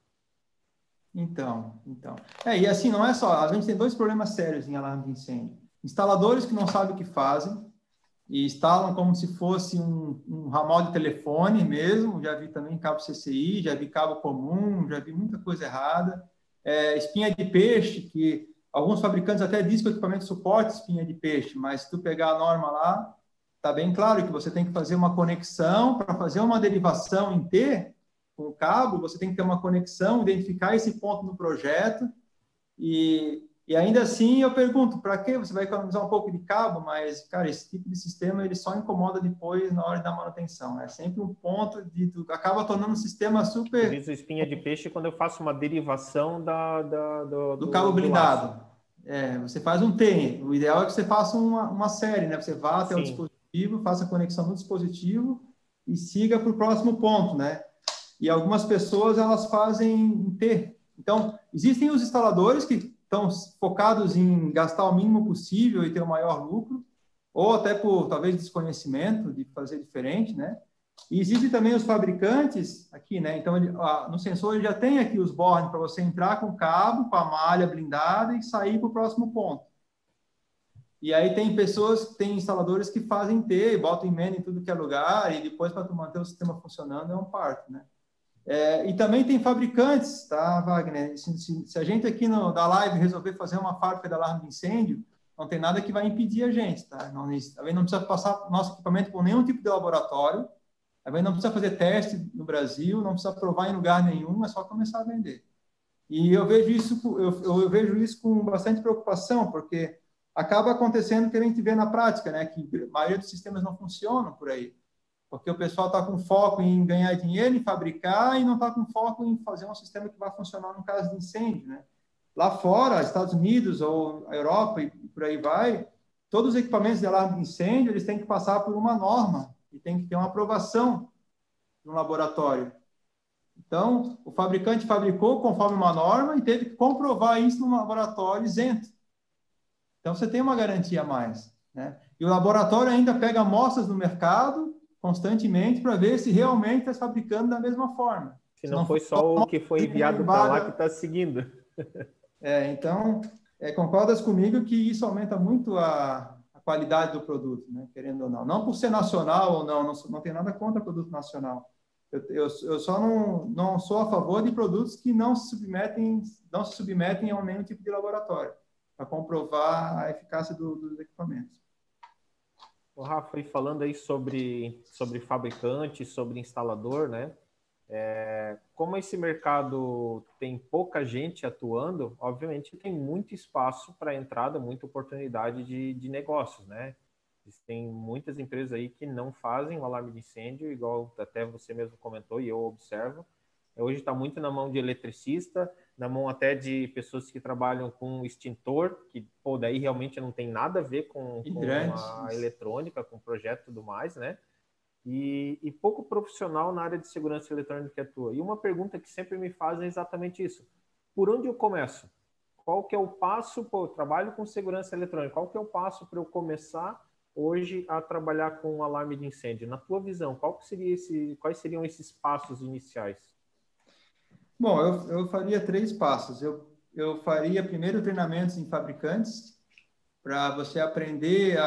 Então. E assim, não é só... A gente tem 2 problemas sérios em alarme de incêndio. Instaladores que não sabem o que fazem e instalam como se fosse um ramal de telefone mesmo. Já vi também cabo CCI, já vi cabo comum, já vi muita coisa errada. Espinha de peixe, que alguns fabricantes até dizem que o equipamento suporta espinha de peixe, mas se tu pegar a norma lá, está bem claro que você tem que fazer uma conexão para fazer uma derivação em T com o cabo, você tem que ter uma conexão, identificar esse ponto no projeto e ainda assim eu pergunto, para que você vai economizar um pouco de cabo, mas, cara, esse tipo de sistema ele só incomoda depois na hora da manutenção. É sempre um ponto acaba tornando um sistema super... Eu utilizo espinha de peixe quando eu faço uma derivação do cabo blindado. Você faz um T. O ideal é que você faça uma série, né? Você vá até o dispositivo, faça a conexão no dispositivo e siga para o próximo ponto, né? E algumas pessoas, elas fazem em T. Então, existem os instaladores que estão focados em gastar o mínimo possível e ter o maior lucro, ou até por, talvez, desconhecimento de fazer diferente, né? E existem também os fabricantes aqui, né? Então, no sensor ele já tem aqui os bornes para você entrar com o cabo, com a malha blindada e sair para o próximo ponto. E aí tem instaladores que fazem T, botam emenda em tudo que é lugar e depois, para tu manter o sistema funcionando, é um parto, né? E também tem fabricantes, tá, Wagner? Se a gente aqui da live resolver fazer uma fábrica de alarme de incêndio, não tem nada que vai impedir a gente, tá? Não, a gente não precisa passar nosso equipamento por nenhum tipo de laboratório, a gente não precisa fazer teste no Brasil, não precisa provar em lugar nenhum, é só começar a vender. E eu vejo isso com bastante preocupação, porque acaba acontecendo o que a gente vê na prática, né? Que a maioria dos sistemas não funcionam por aí. Porque o pessoal está com foco em ganhar dinheiro, em fabricar, e não está com foco em fazer um sistema que vai funcionar no caso de incêndio, né? Lá fora, Estados Unidos ou a Europa e por aí vai, todos os equipamentos de alarme de incêndio, eles têm que passar por uma norma e tem que ter uma aprovação no laboratório. Então, o fabricante fabricou conforme uma norma e teve que comprovar isso no laboratório isento. Então, você tem uma garantia a mais, né? E o laboratório ainda pega amostras no mercado constantemente para ver se realmente está fabricando da mesma forma. Se não foi só o que foi enviado para lá que está seguindo. Então, concordas comigo que isso aumenta muito a qualidade do produto, né? Querendo ou não. Não por ser nacional ou não tem nada contra produto nacional. Eu só não sou a favor de produtos que não se submetem a nenhum tipo de laboratório para comprovar a eficácia dos equipamentos. O Rafa, e falando aí sobre fabricante, sobre instalador, né? Como esse mercado tem pouca gente atuando, obviamente tem muito espaço para entrada, muita oportunidade de negócios, né? Tem muitas empresas aí que não fazem o alarme de incêndio, igual até você mesmo comentou e eu observo. Hoje está muito na mão de eletricista, na mão até de pessoas que trabalham com extintor, que daí realmente não tem nada a ver com a eletrônica, com o projeto e tudo mais, né? E pouco profissional na área de segurança eletrônica que atua. E uma pergunta que sempre me fazem é exatamente isso. Por onde eu começo? Qual que é o passo? Eu trabalho com segurança eletrônica. Qual que é o passo para eu começar hoje a trabalhar com um alarme de incêndio? Na tua visão, quais seriam esses passos iniciais? Bom, eu faria 3 passos. Eu faria primeiro treinamentos em fabricantes para você aprender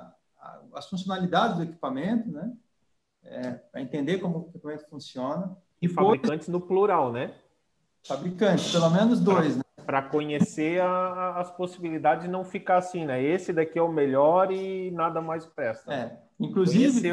as funcionalidades do equipamento, né? Para entender como o equipamento funciona. E fabricantes no plural, né? Fabricantes, pelo menos 2, né? Para conhecer as possibilidades e não ficar assim, né? Esse daqui é o melhor e nada mais presta. Inclusive,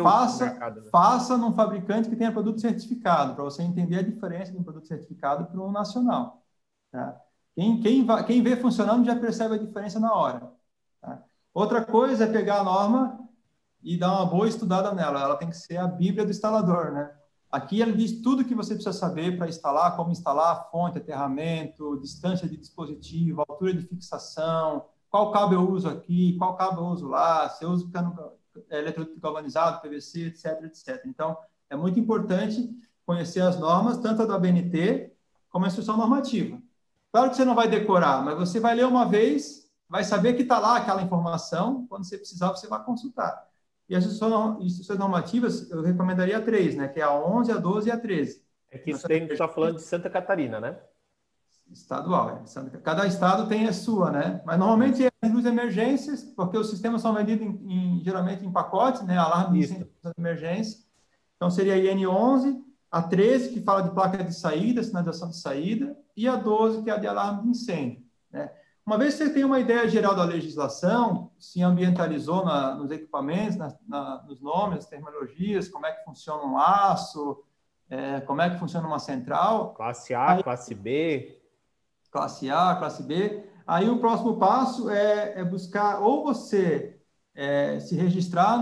faça num fabricante que tenha produto certificado, para você entender a diferença de um produto certificado para um nacional. Tá? Quem vê funcionando já percebe a diferença na hora. Tá? Outra coisa é pegar a norma e dar uma boa estudada nela. Ela tem que ser a Bíblia do instalador, né? Aqui ele diz tudo que você precisa saber para instalar, como instalar, fonte, aterramento, distância de dispositivo, altura de fixação, qual cabo eu uso aqui, qual cabo eu uso lá, se eu uso cano eletroduto galvanizado, PVC, etc, etc. Então, é muito importante conhecer as normas, tanto a da ABNT como a instrução normativa. Claro que você não vai decorar, mas você vai ler uma vez, vai saber que está lá aquela informação, quando você precisar, você vai consultar. E as instruções normativas, eu recomendaria 3, né? Que é a 11, a 12 e a 13. Que isso daí a gente está falando de Santa Catarina, né? Estadual. Cada estado tem a sua, né? Mas normalmente é as luzes de emergências, porque os sistemas são vendidos geralmente em pacotes, né? Alarme de emergência. Então seria a IN11, a 13, que fala de placa de saída, sinalização de saída, e a 12, que é a de alarme de incêndio, né? Uma vez que você tem uma ideia geral da legislação, se ambientalizou nos equipamentos, nos nomes, nas terminologias, como é que funciona um laço, como é que funciona uma central. Classe A, classe B. Classe A, classe B. Aí o próximo passo é buscar, ou você se registrar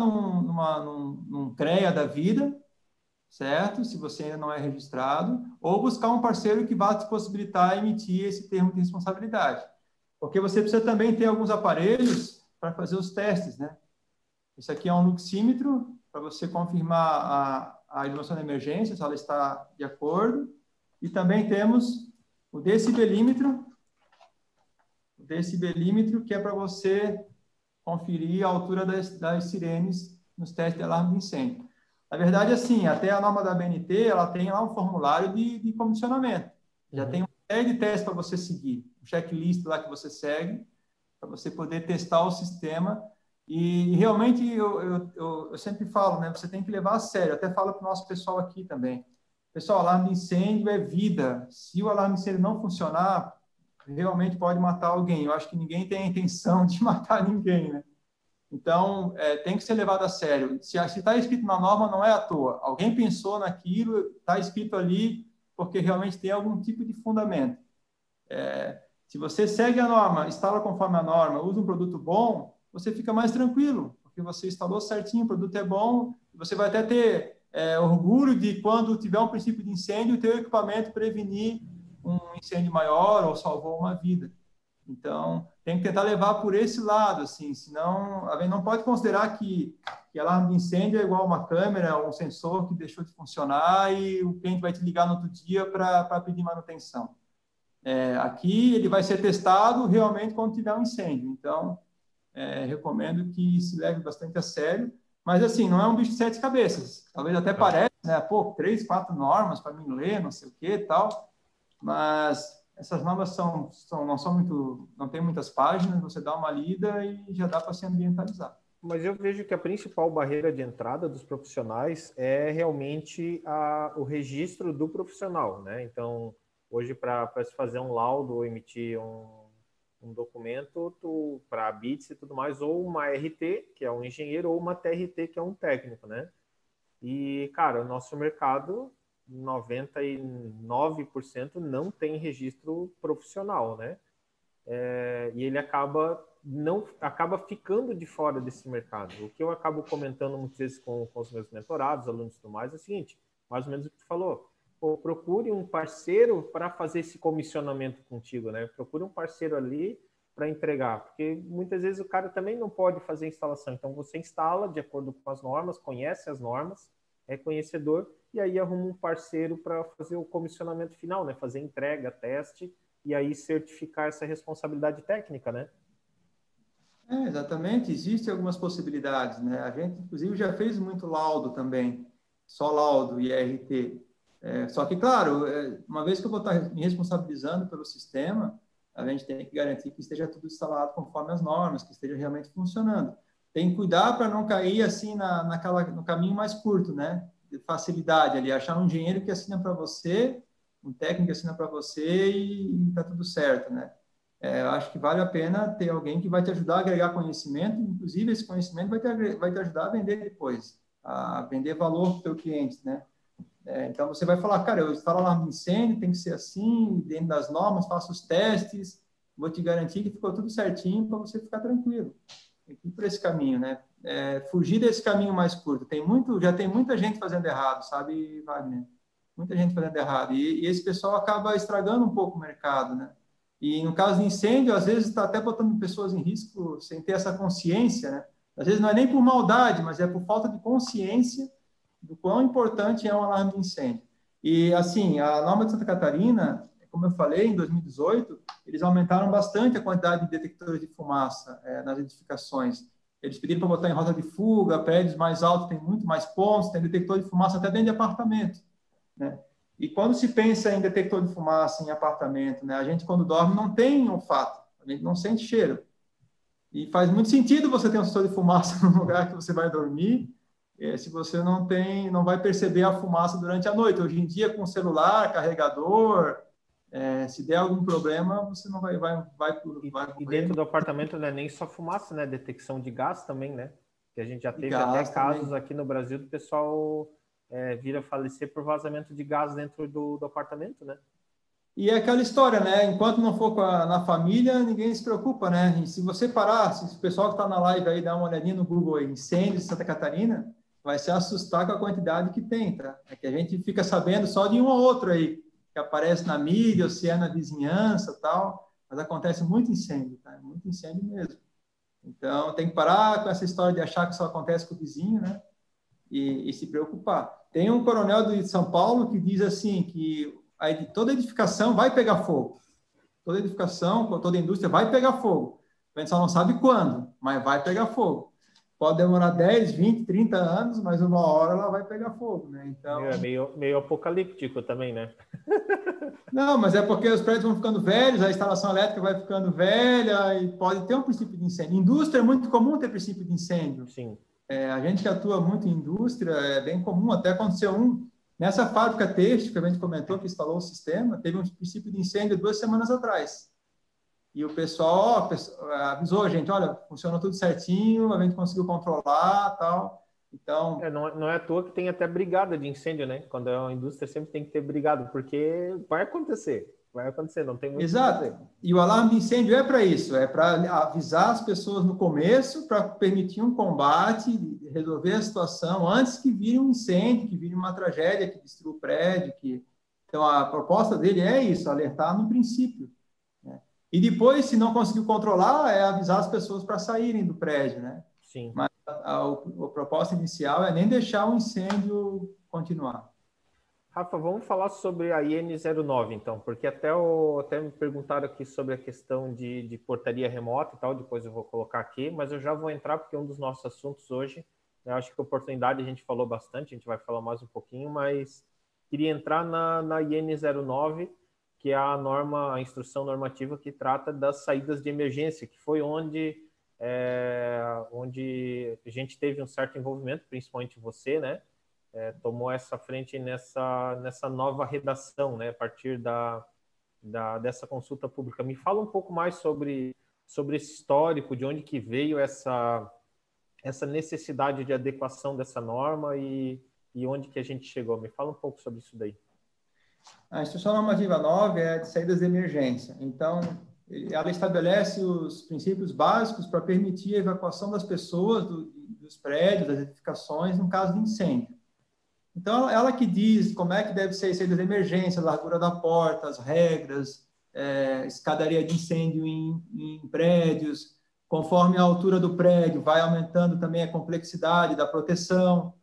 num CREA da vida, certo? Se você ainda não é registrado, ou buscar um parceiro que vá te possibilitar emitir esse termo de responsabilidade. Porque você precisa também ter alguns aparelhos para fazer os testes, né? Isso aqui é um luxímetro para você confirmar a iluminação de emergência, se ela está de acordo. E também temos o decibelímetro, que é para você conferir a altura das sirenes nos testes de alarme de incêndio. Na verdade, assim, até a norma da BNT, ela tem lá um formulário de comissionamento. Já tem uma série de testes para você seguir, um checklist lá que você segue, para você poder testar o sistema. E realmente, eu sempre falo, né, você tem que levar a sério, até falo para o nosso pessoal aqui também. Pessoal, alarme de incêndio é vida. Se o alarme de incêndio não funcionar, realmente pode matar alguém. Eu acho que ninguém tem a intenção de matar ninguém, né? Então, tem que ser levado a sério. Se está escrito na norma, não é à toa. Alguém pensou naquilo, está escrito ali porque realmente tem algum tipo de fundamento. Se você segue a norma, instala conforme a norma, usa um produto bom, você fica mais tranquilo, porque você instalou certinho, o produto é bom, você vai até ter orgulho de quando tiver um princípio de incêndio, ter o equipamento prevenir um incêndio maior ou salvou uma vida. Então, tem que tentar levar por esse lado, assim, senão a gente não pode considerar que alarme de incêndio é igual uma câmera ou um sensor que deixou de funcionar e o cliente vai te ligar no outro dia para pedir manutenção. Aqui ele vai ser testado realmente quando tiver um incêndio. Então, recomendo que se leve bastante a sério. Mas, assim, não é um bicho de sete cabeças. Talvez até pareça, né? Pô, 3, 4 normas para mim ler, não sei o que e tal. Mas essas normas não tem muitas páginas, você dá uma lida e já dá para se ambientalizar. Mas eu vejo que a principal barreira de entrada dos profissionais é realmente o registro do profissional, né? Então, hoje, para se fazer um laudo ou emitir um documento para a BITS e tudo mais, ou uma RT, que é um engenheiro, ou uma TRT, que é um técnico, né? E, cara, o nosso mercado, 99% não tem registro profissional, né? E ele acaba ficando de fora desse mercado. O que eu acabo comentando muitas vezes com os meus mentorados, alunos e tudo mais, é o seguinte, mais ou menos o que tu falou, procure um parceiro para fazer esse comissionamento contigo, né? Procure um parceiro ali para entregar, porque muitas vezes o cara também não pode fazer instalação, então você instala de acordo com as normas, conhece as normas, é conhecedor, e aí arruma um parceiro para fazer o comissionamento final, né? Fazer entrega, teste, e aí certificar essa responsabilidade técnica, né? Exatamente, existem algumas possibilidades, né? A gente, inclusive, já fez muito laudo também, só laudo e RT. Só que, claro, uma vez que eu vou estar me responsabilizando pelo sistema, a gente tem que garantir que esteja tudo instalado conforme as normas, que esteja realmente funcionando. Tem que cuidar para não cair assim no caminho mais curto, né? De facilidade ali, achar um engenheiro que assina para você, um técnico que assina para você e está tudo certo, né? Eu acho que vale a pena ter alguém que vai te ajudar a agregar conhecimento, inclusive esse conhecimento vai te ajudar a vender depois, a vender valor para o teu cliente, né? Então, você vai falar, cara, eu instalo alarme de incêndio, tem que ser assim, dentro das normas, faço os testes, vou te garantir que ficou tudo certinho para você ficar tranquilo. Tem que ir por esse caminho, né? Fugir desse caminho mais curto. Já tem muita gente fazendo errado, sabe, Wagner? Muita gente fazendo errado. E esse pessoal acaba estragando um pouco o mercado, né? E no caso de incêndio, às vezes está até botando pessoas em risco sem ter essa consciência, né? Às vezes não é nem por maldade, mas é por falta de consciência do quão importante é um alarme de incêndio. E, assim, a norma de Santa Catarina, como eu falei, em 2018, eles aumentaram bastante a quantidade de detectores de fumaça nas edificações. Eles pediram para botar em rota de fuga, prédios mais altos têm muito mais pontos, tem detector de fumaça até dentro de apartamento, né? E quando se pensa em detector de fumaça em apartamento, né, a gente, quando dorme, não tem olfato, a gente não sente cheiro. E faz muito sentido você ter um sensor de fumaça no lugar que você vai dormir, se você não vai perceber a fumaça durante a noite. Hoje em dia, com celular, carregador, se der algum problema, você não vai E dentro do apartamento não é nem só fumaça, né? Detecção de gás também, né? Que a gente já teve até casos aqui no Brasil do pessoal vir a falecer por vazamento de gás dentro do apartamento, né? E é aquela história, né? Enquanto não for na família, ninguém se preocupa, né? E se você parar, se o pessoal que está na live aí dá uma olhadinha no Google aí, incêndio de Santa Catarina, vai se assustar com a quantidade que tem, tá? É que a gente fica sabendo só de um ou outro aí, que aparece na mídia, ou se é na vizinhança e tal, mas acontece muito incêndio, tá? Muito incêndio mesmo. Então, tem que parar com essa história de achar que só acontece com o vizinho, né? E se preocupar. Tem um coronel de São Paulo que diz assim, que toda edificação vai pegar fogo. Toda edificação, toda indústria vai pegar fogo. A gente só não sabe quando, mas vai pegar fogo. Pode demorar 10, 20, 30 anos, mas uma hora ela vai pegar fogo, né? Então... É meio apocalíptico também, né? Não, mas é porque os prédios vão ficando velhos, a instalação elétrica vai ficando velha e pode ter um princípio de incêndio. Indústria é muito comum ter princípio de incêndio. Sim. A gente que atua muito em indústria, é bem comum. Até aconteceu nessa fábrica têxtil que a gente comentou, que instalou o sistema, teve um princípio de incêndio 2 semanas atrás. e o pessoal avisou a gente, olha, funciona tudo certinho, a gente conseguiu controlar, tal. Então... não é à toa que tem até brigada de incêndio, né? Quando é uma indústria, sempre tem que ter brigada, porque vai acontecer, não tem muito. Exato. E o alarme de incêndio é para isso, é para avisar as pessoas no começo, para permitir um combate, resolver a situação antes que vire um incêndio, que vire uma tragédia, que destrua o prédio. Então, a proposta dele é isso, alertar no princípio, né? E depois, se não conseguir controlar, é avisar as pessoas para saírem do prédio, né? Sim. Mas a proposta inicial é nem deixar o incêndio continuar. Rafa, vamos falar sobre a IN09, então, porque até me perguntaram aqui sobre a questão de portaria remota e tal, depois eu vou colocar aqui, mas eu já vou entrar porque é um dos nossos assuntos hoje. Eu acho que a oportunidade a gente falou bastante, a gente vai falar mais um pouquinho, mas queria entrar na IN09, que é a instrução normativa que trata das saídas de emergência, que foi onde a gente teve um certo envolvimento, principalmente você, né? Tomou essa frente nessa nova redação, né, a partir dessa consulta pública. Me fala um pouco mais sobre esse histórico, de onde que veio essa necessidade de adequação dessa norma e onde que a gente chegou. Me fala um pouco sobre isso daí. A Instrução Normativa 9 é de saídas de emergência. Então, ela estabelece os princípios básicos para permitir a evacuação das pessoas dos prédios, das edificações, no caso de incêndio. Então, ela que diz como é que deve ser a saída de emergência, a largura da porta, as regras, escadaria de incêndio em prédios, conforme a altura do prédio, vai aumentando também a complexidade da proteção,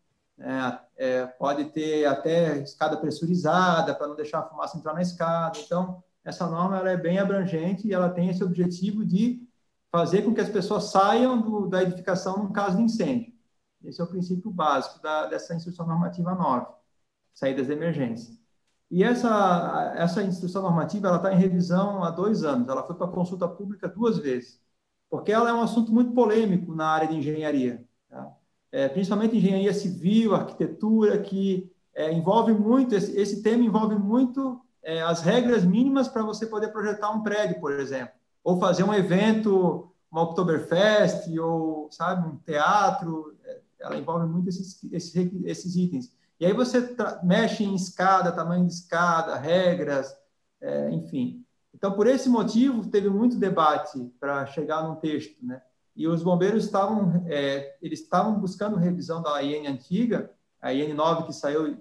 pode ter até escada pressurizada para não deixar a fumaça entrar na escada. Então, essa norma ela é bem abrangente e ela tem esse objetivo de fazer com que as pessoas saiam da edificação no caso de incêndio. Esse é o princípio básico dessa Instrução Normativa 9, saídas de emergência. E essa Instrução Normativa ela está em revisão há 2 anos. Ela foi para consulta pública 2 vezes, porque ela é um assunto muito polêmico na área de engenharia, tá? Principalmente engenharia civil, arquitetura, que envolve muito, esse tema envolve muito as regras mínimas para você poder projetar um prédio, por exemplo, ou fazer um evento, uma Oktoberfest, ou, sabe, um teatro. Ela envolve muito esses itens. E aí você mexe em escada, tamanho de escada, regras, enfim. Então, por esse motivo, teve muito debate para chegar num texto, né? E os bombeiros estavam buscando revisão da IN antiga, a IN 9 que saiu,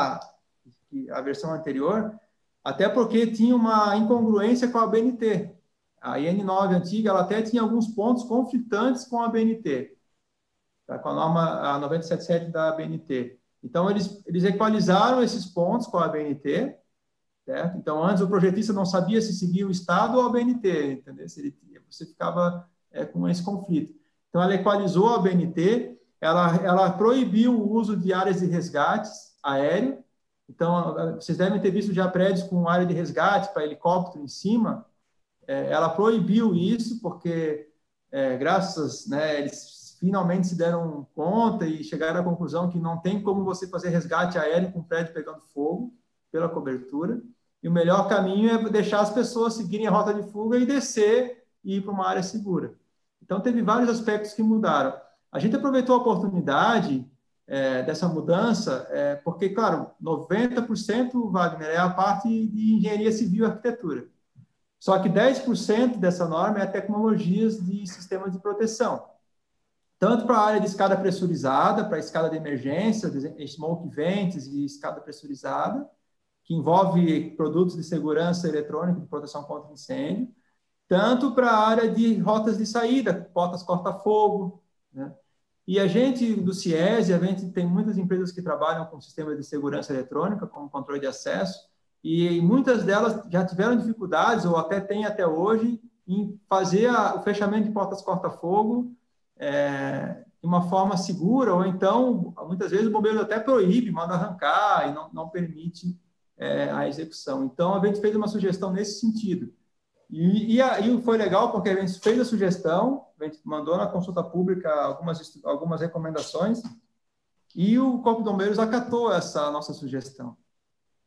a versão anterior, até porque tinha uma incongruência com a ABNT. A IN 9 antiga, ela até tinha alguns pontos conflitantes com a ABNT, tá? Com a norma 977 da ABNT. Então, eles equalizaram esses pontos com a ABNT, certo? Então, antes o projetista não sabia se seguia o Estado ou a ABNT, entendeu? Você ficava com esse conflito. Então, ela equalizou a ABNT, ela proibiu o uso de áreas de resgates aéreo. Então, vocês devem ter visto já prédios com área de resgate para helicóptero em cima. Ela proibiu isso porque, eles finalmente se deram conta e chegaram à conclusão que não tem como você fazer resgate aéreo com o prédio pegando fogo pela cobertura. E o melhor caminho é deixar as pessoas seguirem a rota de fuga e descer e ir para uma área segura. Então, teve vários aspectos que mudaram. A gente aproveitou a oportunidade dessa mudança, porque, claro, 90%, Wagner, é a parte de engenharia civil e arquitetura. Só que 10% dessa norma é tecnologias de sistemas de proteção. Tanto para a área de escada pressurizada, para a escada de emergência, smoke vents e escada pressurizada, que envolve produtos de segurança eletrônica de proteção contra incêndio, tanto para a área de rotas de saída, portas corta-fogo, né? E a gente, do CIESE, a gente tem muitas empresas que trabalham com sistemas de segurança eletrônica, como controle de acesso, e muitas delas já tiveram dificuldades, ou até têm até hoje, em fazer o fechamento de portas corta-fogo de uma forma segura, ou então, muitas vezes, o bombeiro até proíbe, manda arrancar e não permite a execução. Então, a gente fez uma sugestão nesse sentido. E aí foi legal porque a gente fez a sugestão, a gente mandou na consulta pública algumas recomendações e o Corpo de Bombeiros acatou essa nossa sugestão.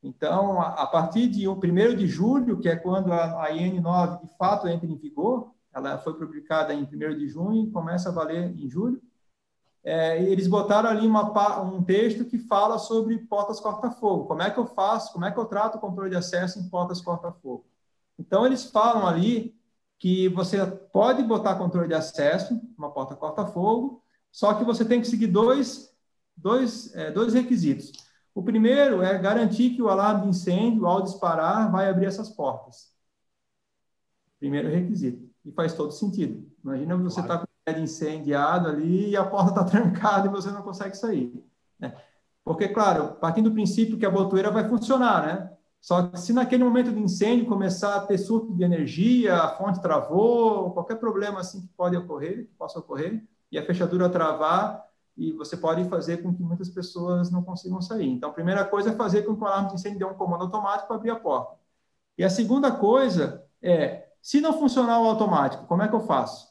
Então, a partir de 1º de julho, que é quando a IN9 de fato entra em vigor, ela foi publicada em 1º de junho e começa a valer em julho, e eles botaram ali um texto que fala sobre portas corta-fogo. Como é que eu faço, como é que eu trato o controle de acesso em portas corta-fogo? Então, eles falam ali que você pode botar controle de acesso, uma porta corta-fogo, só que você tem que seguir dois requisitos. O primeiro é garantir que o alarme de incêndio, ao disparar, vai abrir essas portas. Primeiro requisito. E faz todo sentido. Imagina você estar com o prédio incendiado ali e a porta está trancada e você não consegue sair, né? Porque, claro, partindo do princípio que a botoeira vai funcionar, né? Só que se naquele momento de incêndio começar a ter surto de energia, a fonte travou, qualquer problema assim que possa ocorrer, e a fechadura travar, e você pode fazer com que muitas pessoas não consigam sair. Então, a primeira coisa é fazer com que o alarme de incêndio dê um comando automático para abrir a porta. E a segunda coisa é, se não funcionar o automático, como é que eu faço?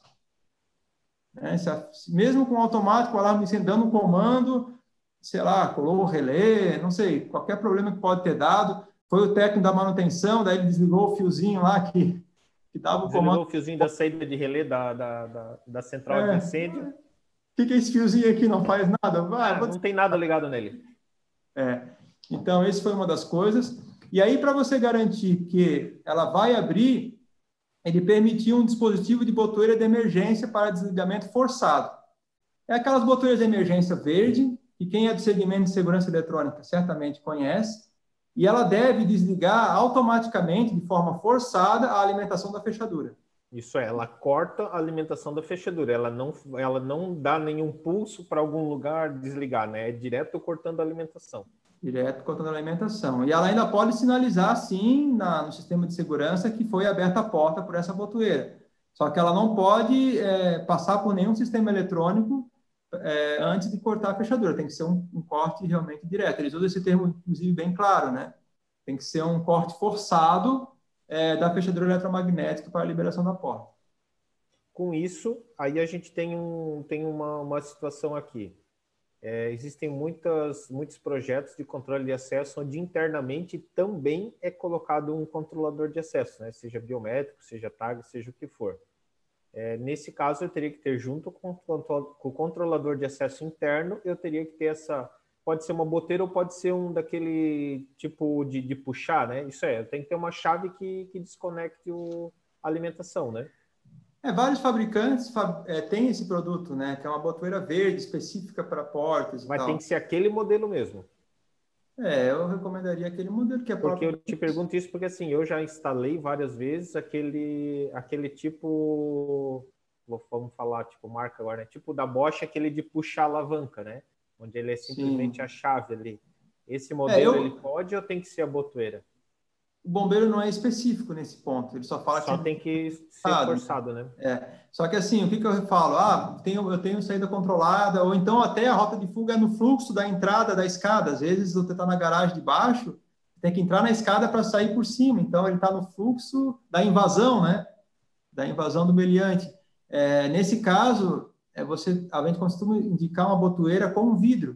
Mesmo com o automático, o alarme de incêndio dando um comando, sei lá, colou o relé, não sei, qualquer problema que pode ter dado, foi o técnico da manutenção, daí ele desligou o fiozinho lá que dava o comando. Desligou o fiozinho da saída de relé da central de incêndio. O que é esse fiozinho aqui? Não faz nada? Não tem nada ligado nele. Então, essa foi uma das coisas. E aí, para você garantir que ela vai abrir, ele permitiu um dispositivo de botoeira de emergência para desligamento forçado. É aquelas botoeiras de emergência verde, que quem é do segmento de segurança eletrônica certamente conhece, e ela deve desligar automaticamente, de forma forçada, a alimentação da fechadura. Isso ela corta a alimentação da fechadura, ela não dá nenhum pulso para algum lugar desligar, né? É direto cortando a alimentação. Direto cortando a alimentação. E ela ainda pode sinalizar, sim, no sistema de segurança que foi aberta a porta por essa botoeira. Só que ela não pode passar por nenhum sistema eletrônico antes de cortar a fechadura. Tem que ser um corte realmente direto. Eles usam esse termo, inclusive, bem claro, né? Tem que ser um corte forçado da fechadura eletromagnética para a liberação da porta. Com isso, aí a gente tem uma situação aqui. Existem muitos projetos de controle de acesso onde internamente também é colocado um controlador de acesso, né? Seja biométrico, seja tag, seja o que for. Nesse caso, eu teria que ter junto com o controlador de acesso interno, eu teria que ter pode ser uma boteira ou pode ser um daquele tipo de puxar, né? Isso tem que ter uma chave que desconecte a alimentação, né? Vários fabricantes têm esse produto, né? Que é uma botoeira verde específica para portas e tal. Mas tem que ser aquele modelo mesmo. Eu recomendaria aquele modelo que é próprio. Porque eu te pergunto isso porque, assim, eu já instalei várias vezes aquele tipo, vamos falar, tipo marca agora, né? Tipo da Bosch, aquele de puxar a alavanca, né? Onde ele é simplesmente Sim. a chave ali. Esse modelo, ele pode ou tem que ser a botoeira? O bombeiro não é específico nesse ponto, ele só fala que tem que ser forçado, né? Só que assim, o que eu falo? Eu tenho saída controlada, ou então até a rota de fuga é no fluxo da entrada da escada. Às vezes você está na garagem de baixo, tem que entrar na escada para sair por cima, então ele está no fluxo da invasão, né? Da invasão do meliante. Nesse caso, a gente costuma indicar uma botoeira com um vidro.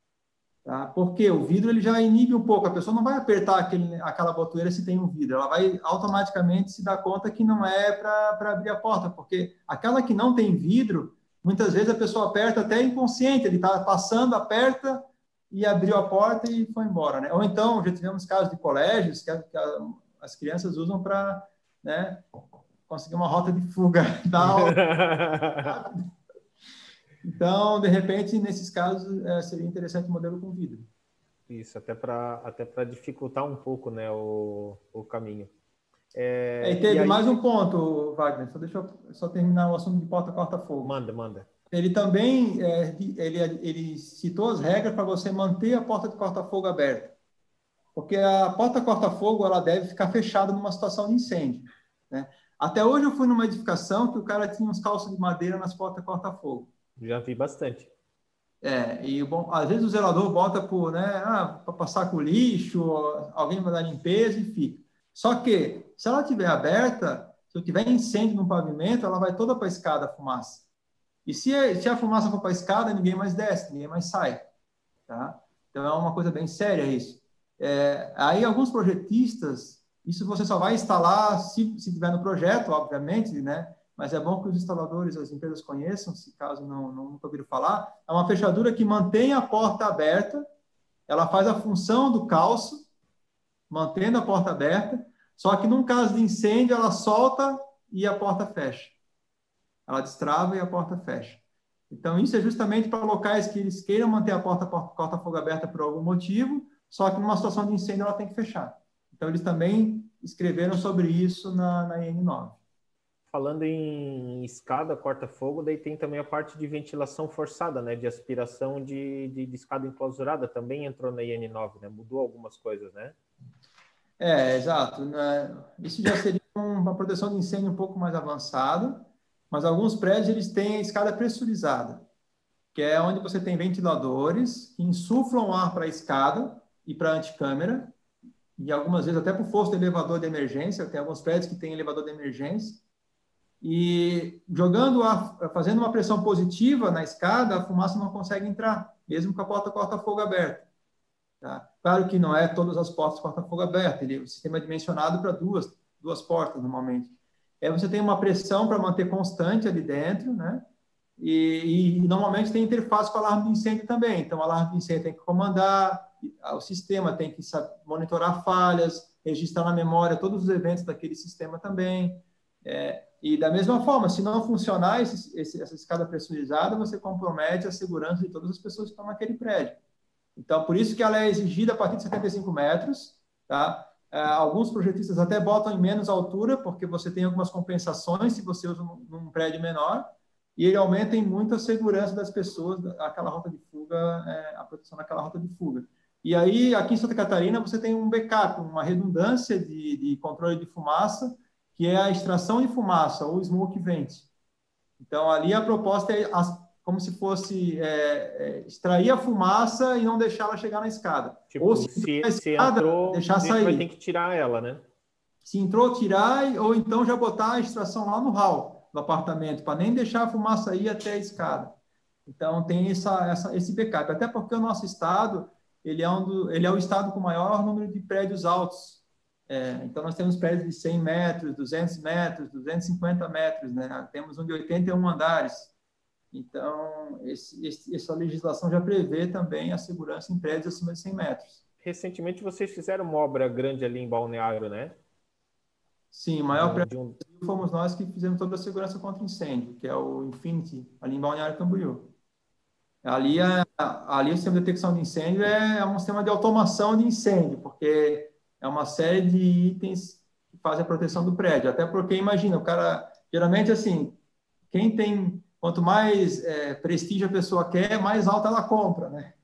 Tá? Porque o vidro ele já inibe um pouco, a pessoa não vai apertar aquela botoeira se tem um vidro, ela vai automaticamente se dar conta que não é para abrir a porta, porque aquela que não tem vidro, muitas vezes a pessoa aperta até inconsciente, ele está passando, aperta e abriu a porta e foi embora, né? Ou então, já tivemos casos de colégios que as crianças usam para, né, conseguir uma rota de fuga da aula. Então, de repente, nesses casos, seria interessante o modelo com vidro. Isso, até para dificultar um pouco, né, o caminho. E teve mais um ponto, Wagner, deixa eu só terminar o assunto de porta corta-fogo. Manda. Ele também ele citou as regras para você manter a porta de corta-fogo aberta. Porque a porta corta-fogo ela deve ficar fechada numa situação de incêndio, né? Até hoje eu fui numa edificação que o cara tinha uns calços de madeira nas portas corta-fogo. Já vi bastante. Às vezes o zelador bota para passar com lixo, alguém vai dar limpeza e fica. Só que, se ela estiver aberta, se eu tiver incêndio no pavimento, ela vai toda para a escada a fumaça. E se a fumaça for para a escada, ninguém mais desce, ninguém mais sai. Tá? Então é uma coisa bem séria isso. Aí, alguns projetistas, isso você só vai instalar se tiver no projeto, obviamente, né? Mas é bom que os instaladores, as empresas conheçam, se caso nunca ouviram falar. É uma fechadura que mantém a porta aberta, ela faz a função do calço, mantendo a porta aberta, só que num caso de incêndio, ela solta e a porta fecha. Ela destrava e a porta fecha. Então, isso é justamente para locais que eles queiram manter a porta corta-fogo aberta por algum motivo, só que numa situação de incêndio ela tem que fechar. Então, eles também escreveram sobre isso na IN9. Falando em escada, corta-fogo, daí tem também a parte de ventilação forçada, né? De aspiração de escada enclausurada, também entrou na IN9, né? Mudou algumas coisas, né? Exato. Né? Isso já seria uma proteção de incêndio um pouco mais avançada, mas alguns prédios eles têm a escada pressurizada, que é onde você tem ventiladores que insuflam ar para a escada e para a anticâmara, e algumas vezes até para o fosso de elevador de emergência. Tem alguns prédios que têm elevador de emergência, e jogando ar, fazendo uma pressão positiva na escada, a fumaça não consegue entrar, mesmo com a porta corta-fogo aberta. Tá? Claro que não é todas as portas corta-fogo aberta, o sistema é dimensionado para duas portas, normalmente. Você tem uma pressão para manter constante ali dentro, né? E normalmente tem interface com o alarme de incêndio também. Então, o alarme de incêndio tem que comandar, o sistema tem que monitorar falhas, registrar na memória todos os eventos daquele sistema também. E da mesma forma, se não funcionar essa escada pressurizada, você compromete a segurança de todas as pessoas que estão naquele prédio. Então, por isso que ela é exigida a partir de 75 metros, tá? Alguns projetistas até botam em menos altura, porque você tem algumas compensações se você usa num prédio menor, e ele aumenta em muito a segurança das pessoas, aquela rota de fuga, a proteção daquela rota de fuga. E aí, aqui em Santa Catarina, você tem um backup, uma redundância de controle de fumaça, que é a extração de fumaça, ou smoke vent. Então, ali a proposta é como se fosse extrair a fumaça e não deixar ela chegar na escada. Tipo, ou se entrou, deixar sair. vai ter que tirar ela, né? Se entrou, tirar, ou então já botar a extração lá no hall do apartamento, para nem deixar a fumaça ir até a escada. Então, tem esse backup. Até porque o nosso estado, ele é o estado com o maior número de prédios altos. Então, nós temos prédios de 100 metros, 200 metros, 250 metros, né? Temos um de 81 andares. Então, essa legislação já prevê também a segurança em prédios acima de 100 metros. Recentemente, vocês fizeram uma obra grande ali em Balneário, né? Sim, o maior prédio fomos nós que fizemos toda a segurança contra incêndio, que é o Infinity, ali em Balneário Camboriú. Ali o sistema de detecção de incêndio é um sistema de automação de incêndio, porque é uma série de itens que fazem a proteção do prédio. Até porque, imagina, o cara, geralmente, assim, quanto mais prestígio a pessoa quer, mais alta ela compra, né?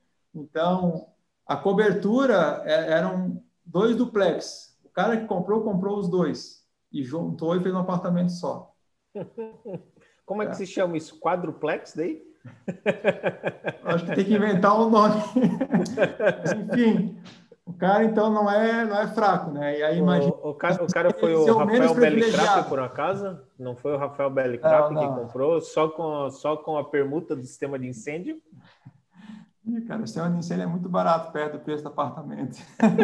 Então, a cobertura eram 2 duplex. O cara que comprou os 2 e juntou e fez um apartamento só. Como é que se chama isso? Quadruplex daí? Acho que tem que inventar um nome. Mas, enfim, o cara, então, não é fraco, né? E aí, imagina... O cara foi o Rafael Bellicrap, por acaso? Não foi o Rafael Bellicrap que comprou só com a permuta do sistema de incêndio? Cara, o sistema de incêndio é muito barato perto do preço do apartamento.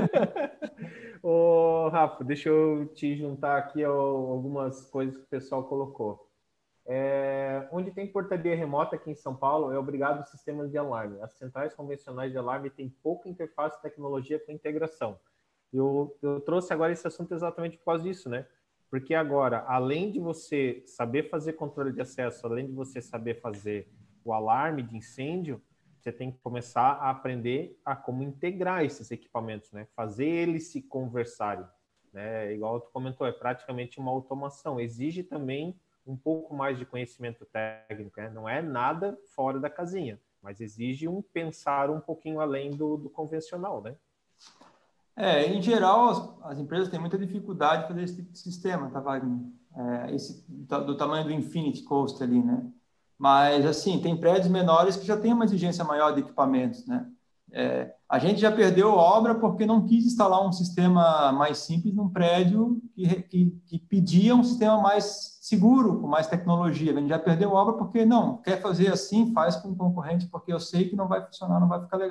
Ô, Rafa, deixa eu te juntar aqui algumas coisas que o pessoal colocou. Onde tem portaria remota aqui em São Paulo, é obrigado os sistemas de alarme. As centrais convencionais de alarme têm pouca interface de tecnologia com integração. Eu trouxe agora esse assunto exatamente por causa disso, né? Porque agora, além de você saber fazer controle de acesso, além de você saber fazer o alarme de incêndio, você tem que começar a aprender a como integrar esses equipamentos, né? Fazer eles se conversarem, né? Igual tu comentou, é praticamente uma automação. Exige também um pouco mais de conhecimento técnico, né? Não é nada fora da casinha, mas exige pensar um pouquinho além do convencional, né? Em geral, as empresas têm muita dificuldade de fazer esse tipo de sistema, tá, Wagner? Do tamanho do Infinity Coast ali, né? Mas, assim, tem prédios menores que já têm uma exigência maior de equipamentos, né? A gente já perdeu obra porque não quis instalar um sistema mais simples num prédio que pedia um sistema mais seguro, com mais tecnologia. A gente já perdeu obra porque, não, quer fazer assim, faz com o concorrente, porque eu sei que não vai funcionar, não vai ficar legal.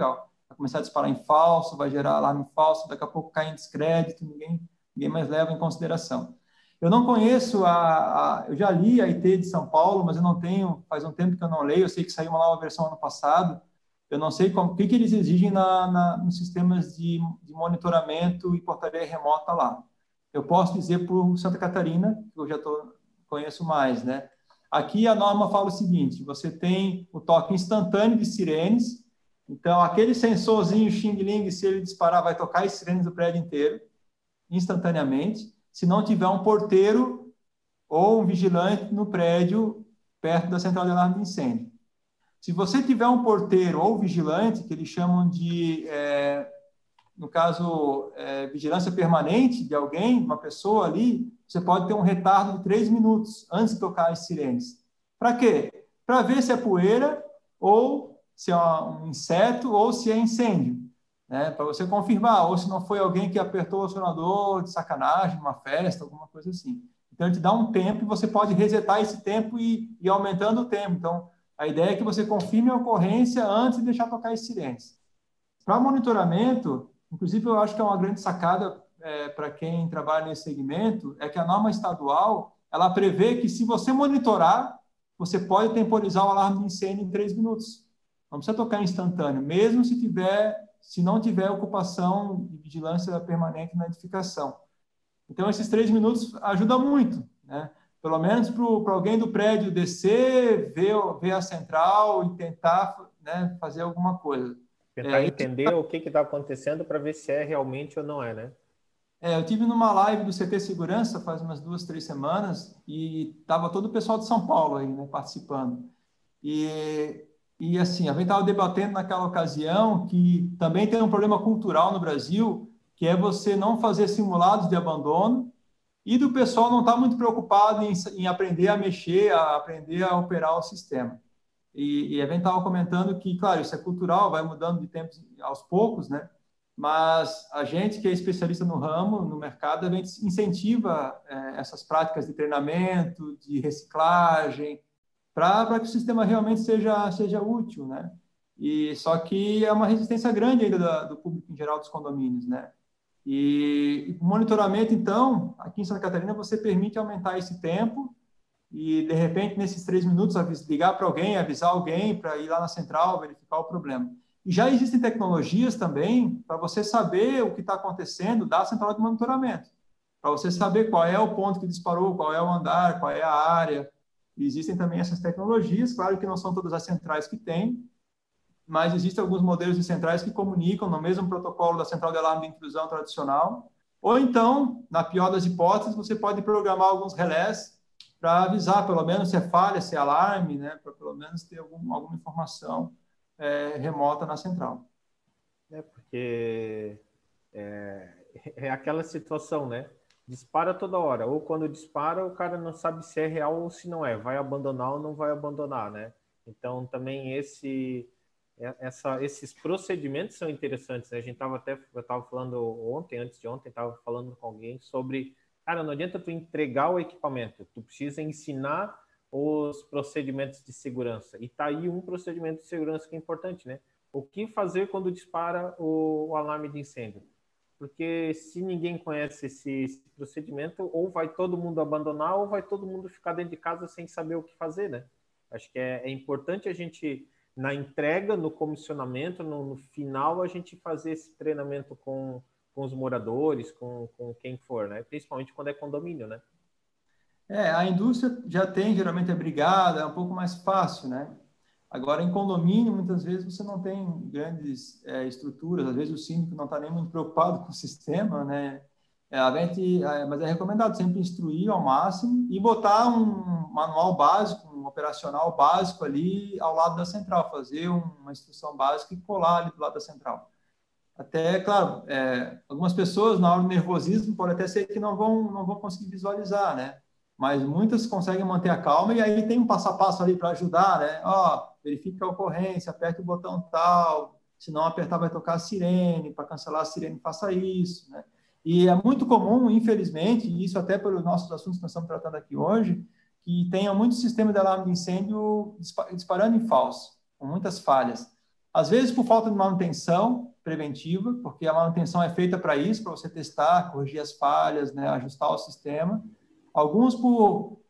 vai começar a disparar em falso, vai gerar alarme falso, daqui a pouco cai em descrédito, ninguém mais leva em consideração. Eu não conheço eu já li a IT de São Paulo, mas eu não tenho, faz um tempo que eu não leio, eu sei que saiu uma nova versão ano passado, eu não sei o que eles exigem nos sistemas de monitoramento e portaria remota lá. Eu posso dizer por Santa Catarina, que eu já conheço mais, né? Aqui a norma fala o seguinte, você tem o toque instantâneo de sirenes, então aquele sensorzinho Xing Ling, se ele disparar, vai tocar as sirenes do prédio inteiro, instantaneamente, se não tiver um porteiro ou um vigilante no prédio perto da central de alarme de incêndio. Se você tiver um porteiro ou vigilante, que eles chamam de, no caso, vigilância permanente de alguém, uma pessoa ali, você pode ter um retardo de 3 minutos antes de tocar as sirenes. Para quê? Para ver se é poeira, ou se é um inseto, ou se é incêndio. Né? Para você confirmar, ou se não foi alguém que apertou o acionador de sacanagem, uma festa, alguma coisa assim. Então, ele te dá um tempo e você pode resetar esse tempo e ir aumentando o tempo. Então, a ideia é que você confirme a ocorrência antes de deixar tocar as sirenes. Para monitoramento, inclusive, eu acho que é uma grande sacada para quem trabalha nesse segmento, é que a norma estadual, ela prevê que se você monitorar, você pode temporizar o alarme de incêndio em 3 minutos. Não precisa tocar instantâneo, mesmo se não tiver ocupação de vigilância permanente na edificação. Então, esses 3 minutos ajudam muito, né? Pelo menos para alguém do prédio descer, ver a central e tentar, né, fazer alguma coisa. Tentar entender o que está acontecendo para ver se é realmente ou não é, né? Eu tive numa live do CT Segurança faz umas 2, 3 semanas e estava todo o pessoal de São Paulo aí, né, participando. E assim, a gente estava debatendo naquela ocasião que também tem um problema cultural no Brasil, que é você não fazer simulados de abandono e do pessoal não estar muito preocupado em aprender a mexer, a aprender a operar o sistema. E a gente estava comentando que, claro, isso é cultural, vai mudando de tempos aos poucos, né? Mas a gente que é especialista no ramo, no mercado, a gente incentiva essas práticas de treinamento, de reciclagem, para que o sistema realmente seja útil, né? E só que é uma resistência grande ainda do público em geral dos condomínios, né? E o monitoramento, então, aqui em Santa Catarina, você permite aumentar esse tempo e, de repente, nesses 3 minutos, ligar para alguém, avisar alguém para ir lá na central, verificar o problema. E já existem tecnologias também para você saber o que está acontecendo da central de monitoramento, para você saber qual é o ponto que disparou, qual é o andar, qual é a área. E existem também essas tecnologias, claro que não são todas as centrais que têm, mas existem alguns modelos de centrais que comunicam no mesmo protocolo da central de alarme de intrusão tradicional, ou então, na pior das hipóteses, você pode programar alguns relés para avisar, pelo menos, se é falha, se é alarme, né, para pelo menos ter alguma informação remota na central. Porque é aquela situação, né? Dispara toda hora, ou quando dispara, o cara não sabe se é real ou se não é, vai abandonar ou não vai abandonar, né? Então, também esses procedimentos são interessantes, né? Eu estava falando antes de ontem, estava falando com alguém sobre, cara, não adianta tu entregar o equipamento, tu precisa ensinar os procedimentos de segurança. E tá aí um procedimento de segurança que é importante, né? O que fazer quando dispara o alarme de incêndio? Porque se ninguém conhece esse procedimento, ou vai todo mundo abandonar, ou vai todo mundo ficar dentro de casa sem saber o que fazer, né? Acho que é importante a gente, na entrega, no comissionamento, no final, a gente fazer esse treinamento com os moradores, com quem for, né? Principalmente quando é condomínio, né? A indústria já tem, geralmente é brigada, é um pouco mais fácil, né? Agora, em condomínio, muitas vezes você não tem grandes estruturas, às vezes o síndico não está nem muito preocupado com o sistema, né? Mas é recomendado sempre instruir ao máximo e botar um manual básico, um operacional básico ali ao lado da central, fazer uma instrução básica e colar ali do lado da central. Até, claro, algumas pessoas, na hora do nervosismo, pode até ser que não vão conseguir visualizar, né? Mas muitas conseguem manter a calma e aí tem um passo a passo ali para ajudar, né? Verifique a ocorrência, aperte o botão tal, se não apertar vai tocar a sirene, para cancelar a sirene faça isso, né? E é muito comum, infelizmente, e isso até pelos nossos assuntos que nós estamos tratando aqui hoje, que tenha muito sistema de alarme de incêndio disparando em falso, com muitas falhas. Às vezes por falta de manutenção preventiva, porque a manutenção é feita para isso, para você testar, corrigir as falhas, né, ajustar o sistema. Alguns por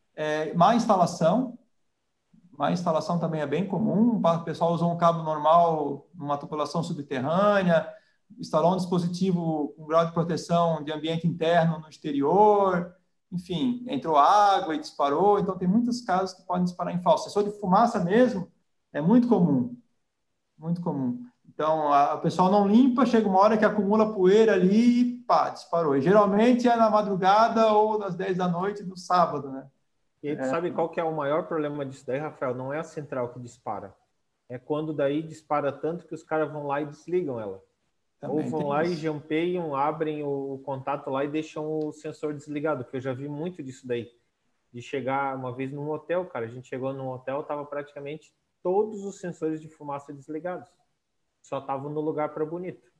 má instalação também é bem comum. O pessoal usou um cabo normal numa tubulação subterrânea, instalou um dispositivo com grau de proteção de ambiente interno no exterior, enfim, entrou água e disparou. Então, tem muitos casos que podem disparar em falso. Sensor de fumaça mesmo é muito comum, muito comum. Então, o pessoal não limpa, chega uma hora que acumula poeira ali e pá, disparou. E geralmente é na madrugada ou das 10 da noite do sábado, né? E aí tu sabe qual que é o maior problema disso daí, Rafael? Não é a central que dispara. É quando daí dispara tanto que os caras vão lá e desligam ela. Também ou vão lá isso. E jampeiam, abrem o contato lá e deixam o sensor desligado, que eu já vi muito disso daí. De chegar uma vez num hotel, cara, a gente chegou num hotel, tava praticamente todos os sensores de fumaça desligados. Só estavam no lugar para bonito.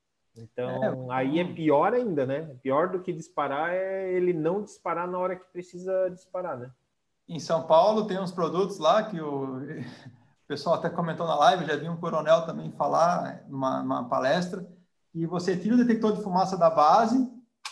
Então, aí é pior ainda, né? Pior do que disparar é ele não disparar na hora que precisa disparar, né? Em São Paulo tem uns produtos lá que o pessoal até comentou na live, já vi um coronel também falar numa palestra, e você tira o detector de fumaça da base,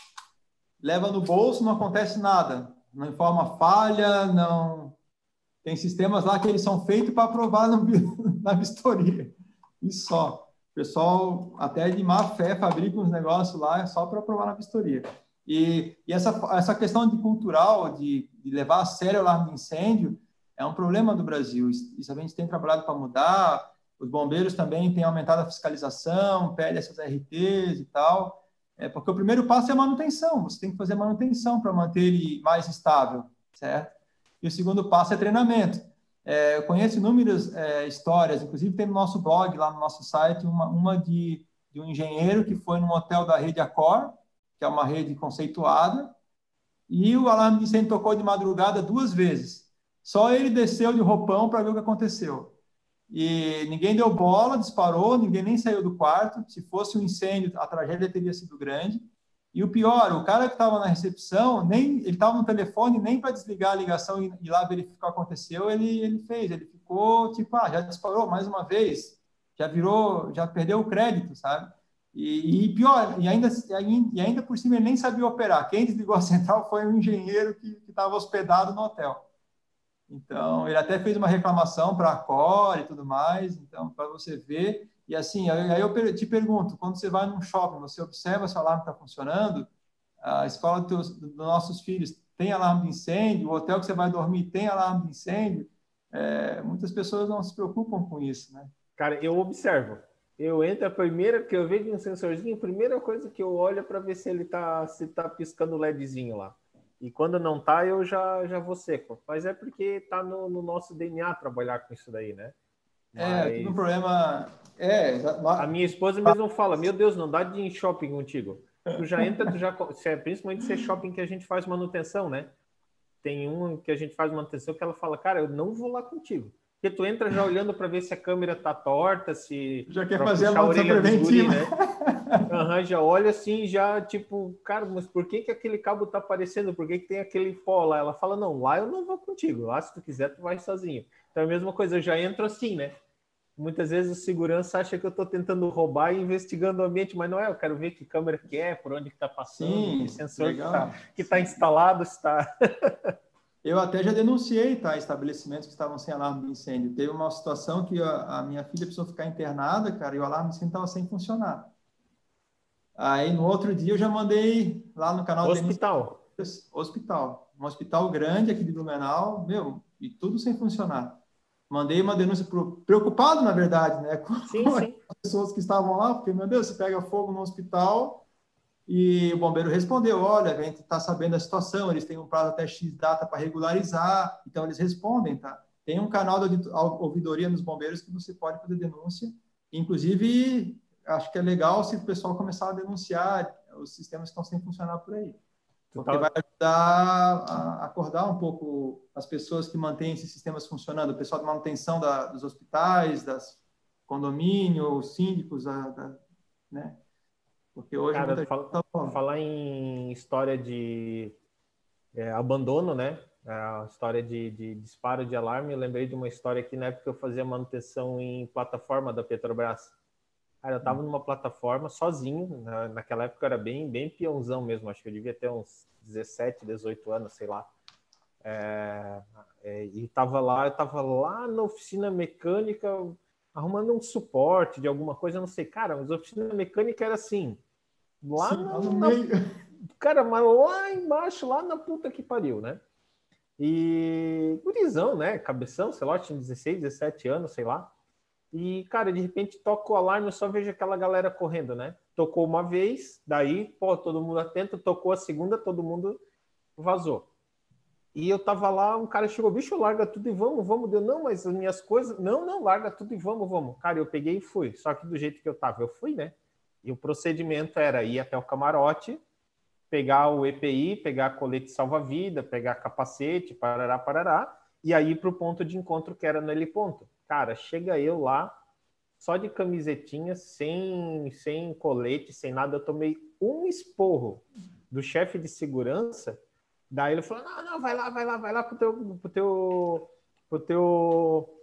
leva no bolso, não acontece nada. Não informa falha, não... Tem sistemas lá que eles são feitos para aprovar na vistoria. E só. O pessoal, até de má fé, fabrica uns negócios lá só para aprovar na vistoria. E essa questão de cultural, de levar a sério o alarme de incêndio, é um problema do Brasil. Isso a gente tem trabalhado para mudar. Os bombeiros também têm aumentado a fiscalização, pedem essas RTs e tal. Porque o primeiro passo é a manutenção. Você tem que fazer manutenção para manter ele mais estável, certo? E o segundo passo é treinamento. Eu conheço inúmeras histórias, inclusive tem no nosso blog, lá no nosso site, uma de um engenheiro que foi num hotel da rede Accor, que é uma rede conceituada, e o alarme de incêndio tocou de madrugada 2 vezes. Só ele desceu de roupão para ver o que aconteceu. E ninguém deu bola, disparou, ninguém nem saiu do quarto. Se fosse um incêndio, a tragédia teria sido grande. E o pior, o cara que estava na recepção, ele estava no telefone, nem para desligar a ligação e ir lá verificar o que aconteceu, ele fez. Ele ficou tipo, já disparou mais uma vez, já perdeu o crédito, sabe? E pior, e ainda por cima ele nem sabia operar. Quem desligou a central foi um engenheiro que estava hospedado no hotel. Então, ele até fez uma reclamação para a Cor e tudo mais, então, para você ver. E assim, aí eu te pergunto, quando você vai num shopping, você observa se o alarme está funcionando? A escola dos nossos filhos tem alarme de incêndio? O hotel que você vai dormir tem alarme de incêndio? Muitas pessoas não se preocupam com isso, né? Cara, eu observo. Eu entro, a primeira que eu vejo um sensorzinho, a primeira coisa que eu olho é para ver se ele tá piscando o LEDzinho lá. E quando não tá, eu já vou seco. Mas é porque tá no nosso DNA trabalhar com isso daí, né? Mas... um problema... A minha esposa mesmo fala, meu Deus, não dá de ir em shopping contigo. Tu já entra, principalmente se é shopping que a gente faz manutenção, né? Tem um que a gente faz manutenção que ela fala, cara, eu não vou lá contigo. Porque tu entra já olhando para ver se a câmera tá torta, se... Já quer fazer a manutenção preventiva. Né? Já olha assim, já tipo, cara, mas por que aquele cabo tá aparecendo? Por que tem aquele pó lá? Ela fala, não, lá eu não vou contigo. Lá, se tu quiser, tu vai sozinho. Então é a mesma coisa, eu já entro assim, né? Muitas vezes o segurança acha que eu estou tentando roubar e investigando o ambiente, mas não é, eu quero ver que câmera que é, por onde que está passando, que sensor que tá instalado, está... Eu até já denunciei, tá, estabelecimentos que estavam sem alarme de incêndio. Teve uma situação que a minha filha precisou ficar internada, cara, e o alarme de incêndio estava sem funcionar. Aí, no outro dia, eu já mandei lá no canal... Hospital. Um hospital grande aqui de Blumenau, e tudo sem funcionar. Mandei uma denúncia preocupado, na verdade, né, com sim. as pessoas que estavam lá, porque, meu Deus, se pega fogo no hospital... E o bombeiro respondeu, olha, a gente está sabendo da situação, eles têm um prazo até X data para regularizar, então eles respondem, tá? Tem um canal de ouvidoria nos bombeiros que você pode fazer denúncia. Inclusive, acho que é legal se o pessoal começar a denunciar os sistemas que estão sem funcionar por aí. Porque vai ajudar a acordar um pouco as pessoas que mantêm esses sistemas funcionando, o pessoal de manutenção dos hospitais, das condomínios, síndicos, né? Porque hoje... Cara, falar em história de abandono, né? A história de disparo de alarme, eu lembrei de uma história que na época eu fazia manutenção em plataforma da Petrobras. Cara, eu estava numa plataforma sozinho, naquela época eu era bem peãozão mesmo, acho que eu devia ter uns 17, 18 anos, sei lá. E eu estava lá na oficina mecânica, arrumando um suporte de alguma coisa, eu não sei. Cara, mas a oficina mecânica era assim, lá Sim, lá no meio. Cara, mas lá embaixo, lá na puta que pariu, né? E gurizão, né? Cabeção, sei lá, tinha 16, 17 anos, sei lá. E, cara, de repente toca o alarme, eu só vejo aquela galera correndo, né? Tocou uma vez, daí, pô, todo mundo atento, tocou a segunda, todo mundo vazou. E eu tava lá, um cara chegou, bicho, larga tudo e vamos. Deu, não, mas as minhas coisas... Não, larga tudo e vamos. Cara, eu peguei e fui. Só que do jeito que eu tava, eu fui, né? E o procedimento era ir até o camarote, pegar o EPI, pegar colete salva-vida, pegar capacete, parará, e aí para o ponto de encontro que era no heliponto. Cara, chega eu lá, só de camisetinha, sem colete, sem nada, eu tomei um esporro do chefe de segurança, daí ele falou, não, vai lá pro teu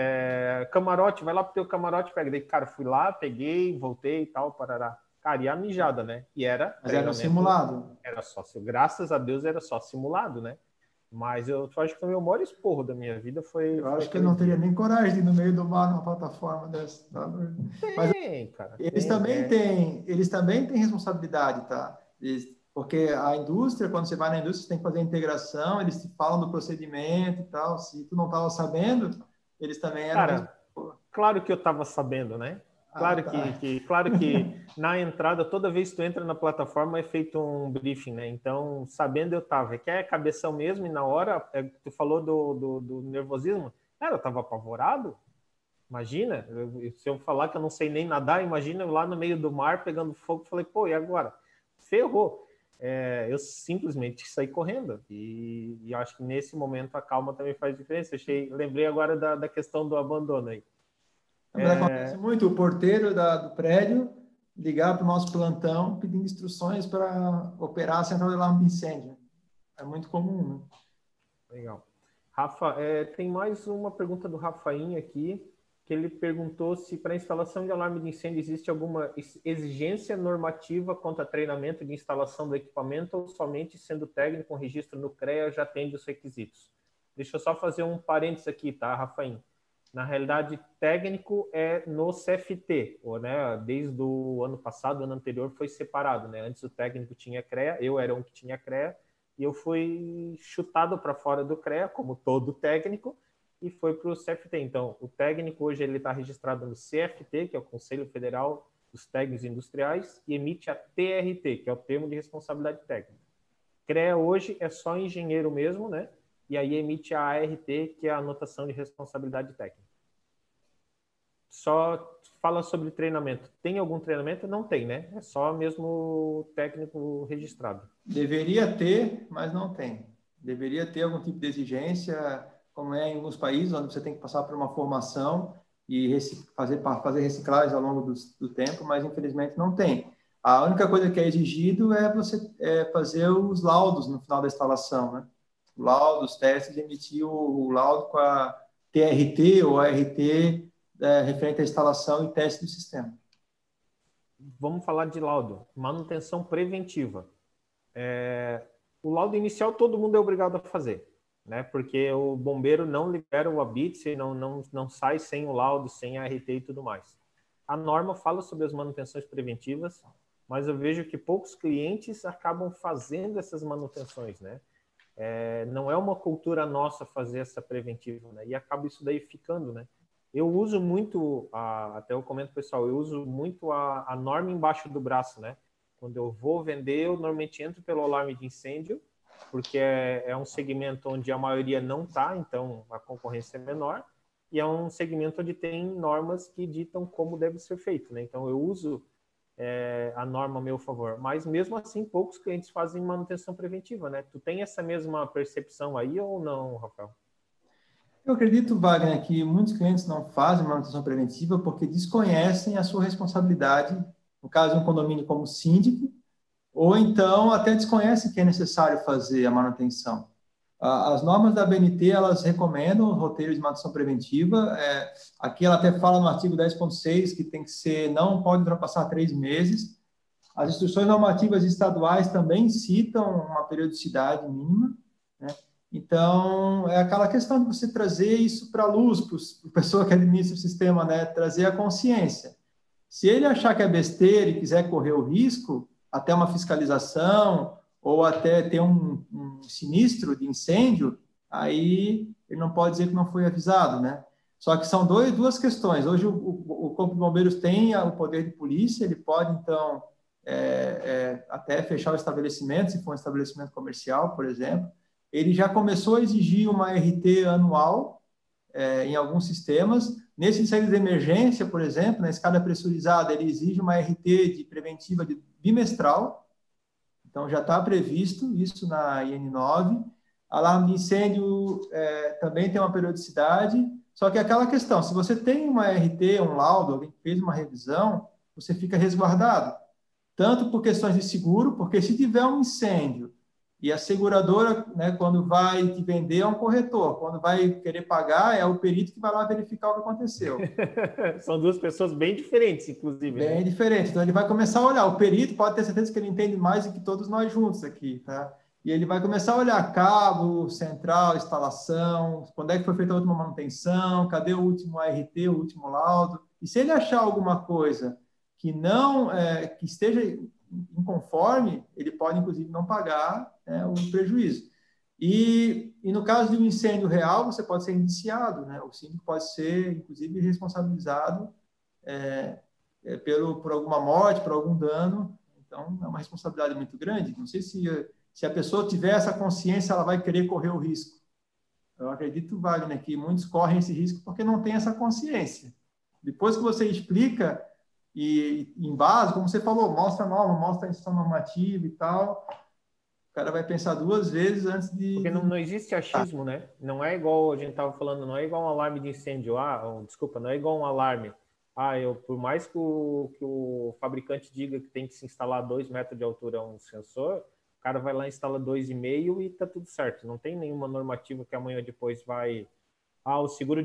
camarote, vai lá pro teu camarote, pega. Daí, cara, fui lá, peguei, voltei e tal, parará. Cara, e a mijada, né? E era Mas era um treinamento, simulado. era só, graças a Deus era só simulado, né? Mas eu acho que foi o maior esporro da minha vida Eu foi acho que eu aquele não teria dia. nem coragem de ir no meio do mar numa plataforma dessa. Mas Tem, cara, eles tem. também têm, eles também têm responsabilidade, tá? Porque a indústria, quando você vai na indústria, você tem que fazer a integração, eles te falam do procedimento e tal. Se tu não estava sabendo, eles também eram Cara, responsáveis. claro que eu estava sabendo, né? Ah, tá. Claro que na entrada, toda vez que tu entra na plataforma é feito um briefing, né? Então, sabendo eu estava. Que é cabeção mesmo, e na hora, tu falou do nervosismo. Cara, eu estava apavorado. Imagina, se eu falar que eu não sei nem nadar, imagina eu lá no meio do mar pegando fogo. Falei, pô, e agora? Ferrou. Eu simplesmente saí correndo. E acho que nesse momento a calma também faz diferença. Lembrei agora da questão do abandono aí. Mas acontece muito o porteiro do prédio ligar para o nosso plantão pedindo instruções para operar a central de alarme de incêndio. É muito comum, né? Legal. Rafa, tem mais uma pergunta do Rafainha aqui, que ele perguntou se para instalação de alarme de incêndio existe alguma exigência normativa quanto a treinamento de instalação do equipamento ou somente sendo técnico com registro no CREA já atende os requisitos. Deixa eu só fazer um parênteses aqui, tá, Rafainha? Na realidade, técnico é no CFT, ou, né, desde o ano passado, ano anterior, foi separado, né? Antes o técnico tinha CREA, eu era um que tinha CREA, e eu fui chutado para fora do CREA, como todo técnico, e foi para o CFT. Então, o técnico hoje ele está registrado no CFT, que é o Conselho Federal dos Técnicos Industriais, e emite a TRT, que é o Termo de Responsabilidade Técnica. CREA hoje é só engenheiro mesmo, né? E aí emite a ART, que é a Anotação de Responsabilidade Técnica. Só fala sobre treinamento. Tem algum treinamento? Não tem, né? É só mesmo técnico registrado. Deveria ter, mas não tem. Deveria ter algum tipo de exigência, como é em alguns países, onde você tem que passar por uma formação e fazer reciclagem ao longo do tempo, mas infelizmente não tem. A única coisa que é exigido é você fazer os laudos no final da instalação, né? O laudo, os testes, emitir o laudo com a TRT ou ART referente à instalação e teste do sistema. Vamos falar de laudo. Manutenção preventiva. O laudo inicial todo mundo é obrigado a fazer, né? Porque o bombeiro não libera o ABITS, não sai sem o laudo, sem a ART e tudo mais. A norma fala sobre as manutenções preventivas, mas eu vejo que poucos clientes acabam fazendo essas manutenções, né? Não é uma cultura nossa fazer essa preventiva, né? E acaba isso daí ficando, né? Eu uso muito, até eu comento pessoal, eu uso muito a norma embaixo do braço, né? Quando eu vou vender, eu normalmente entro pelo alarme de incêndio, porque é um segmento onde a maioria não está, então a concorrência é menor, e é um segmento onde tem normas que ditam como deve ser feito, né? Então eu uso a norma a meu favor, mas mesmo assim poucos clientes fazem manutenção preventiva, né? Tu tem essa mesma percepção aí ou não, Rafael? Eu acredito, Wagner, que muitos clientes não fazem manutenção preventiva porque desconhecem a sua responsabilidade, no caso de um condomínio como síndico, ou então até desconhecem que é necessário fazer a manutenção. As normas da ABNT, elas recomendam o roteiro de manutenção preventiva. Aqui ela até fala no artigo 10.6 que tem que ser, não pode ultrapassar 3 meses. As instruções normativas estaduais também citam uma periodicidade mínima, né? Então, é aquela questão de você trazer isso para a luz, para a pessoa que administra o sistema, né? Trazer a consciência. Se ele achar que é besteira e quiser correr o risco, até uma fiscalização ou até ter um sinistro de incêndio, aí ele não pode dizer que não foi avisado, né? Só que são duas questões. Hoje o Corpo de Bombeiros tem o poder de polícia, ele pode, então, até fechar o estabelecimento, se for um estabelecimento comercial, por exemplo. Ele já começou a exigir uma RT anual em alguns sistemas. Nesse incêndio de emergência, por exemplo, na escada pressurizada, ele exige uma RT de preventiva bimestral. Então, já está previsto isso na IN9. Alarme de incêndio também tem uma periodicidade. Só que aquela questão, se você tem uma RT, um laudo, alguém fez uma revisão, você fica resguardado. Tanto por questões de seguro, porque se tiver um incêndio e a seguradora, né, quando vai te vender, é um corretor. Quando vai querer pagar, é o perito que vai lá verificar o que aconteceu. São duas pessoas bem diferentes, inclusive. Bem diferentes. Então, ele vai começar a olhar. O perito pode ter certeza que ele entende mais do que todos nós juntos aqui, tá? E ele vai começar a olhar cabo, central, instalação, quando é que foi feita a última manutenção, cadê o último ART, o último laudo. E se ele achar alguma coisa que não que esteja inconforme, ele pode, inclusive, não pagar o prejuízo. E no caso de um incêndio real, você pode ser indiciado, né? O síndico pode ser, inclusive, responsabilizado por alguma morte, por algum dano. Então, é uma responsabilidade muito grande. Não sei se a pessoa tiver essa consciência, ela vai querer correr o risco. Eu acredito, Wagner, que muitos correm esse risco porque não tem essa consciência. Depois que você explica e em base, como você falou, mostra a norma, mostra a instrução normativa e tal, o cara vai pensar duas vezes antes de... Porque não existe achismo, né? Não é igual, a gente estava falando, não é igual um alarme de incêndio. Desculpa, não é igual um alarme. Por mais que o fabricante diga que tem que se instalar 2 metros de altura um sensor, o cara vai lá e instala 2,5 e tá tudo certo. Não tem nenhuma normativa que amanhã depois vai... o seguro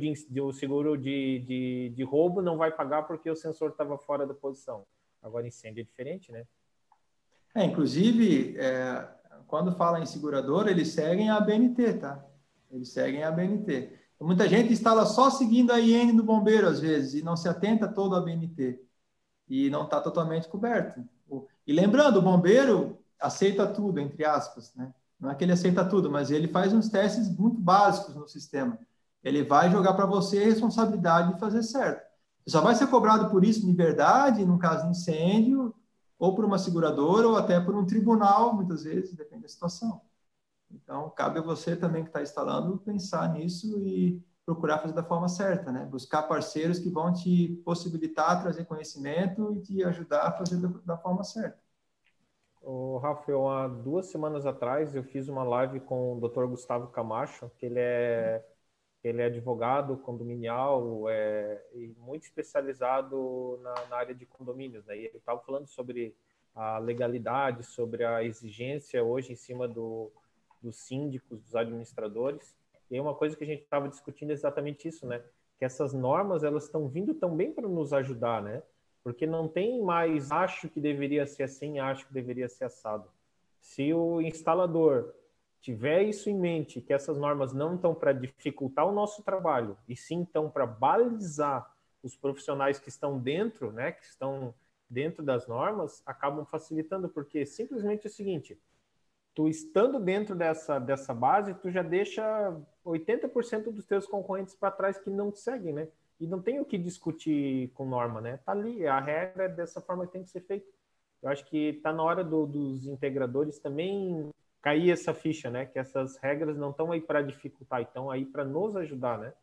de roubo não vai pagar porque o sensor estava fora da posição. Agora, incêndio é diferente, né? Inclusive, quando fala em seguradora, eles seguem a ABNT, tá? Eles seguem a ABNT. Muita gente instala só seguindo a IN do bombeiro, às vezes, e não se atenta todo a ABNT. E não está totalmente coberto. E lembrando, o bombeiro aceita tudo, entre aspas, né? Não é que ele aceita tudo, mas ele faz uns testes muito básicos no sistema. Ele vai jogar para você a responsabilidade de fazer certo. Você só vai ser cobrado por isso de verdade, no caso de incêndio, ou por uma seguradora, ou até por um tribunal, muitas vezes, depende da situação. Então, cabe a você também que está instalando pensar nisso e procurar fazer da forma certa, né? Buscar parceiros que vão te possibilitar trazer conhecimento e te ajudar a fazer da forma certa. Rafael, há 2 semanas atrás eu fiz uma live com o Dr. Gustavo Camacho, que ele é advogado condominial e muito especializado na área de condomínios, né? E ele estava falando sobre a legalidade, sobre a exigência hoje em cima dos síndicos, dos administradores. E aí uma coisa que a gente estava discutindo é exatamente isso, né? Que essas normas, elas estão vindo também para nos ajudar, né? Porque não tem mais acho que deveria ser assim, acho que deveria ser assado. Se o instalador tiver isso em mente, que essas normas não estão para dificultar o nosso trabalho, e sim estão para balizar os profissionais que estão dentro, né, que estão dentro das normas, acabam facilitando, porque simplesmente é o seguinte, tu estando dentro dessa base, tu já deixa 80% dos teus concorrentes para trás que não te seguem, né? E não tem o que discutir com norma, né? Tá ali, a regra é dessa forma que tem que ser feita. Eu acho que está na hora dos integradores também cair essa ficha, né? Que essas regras não estão aí para dificultar, estão aí para nos ajudar, né?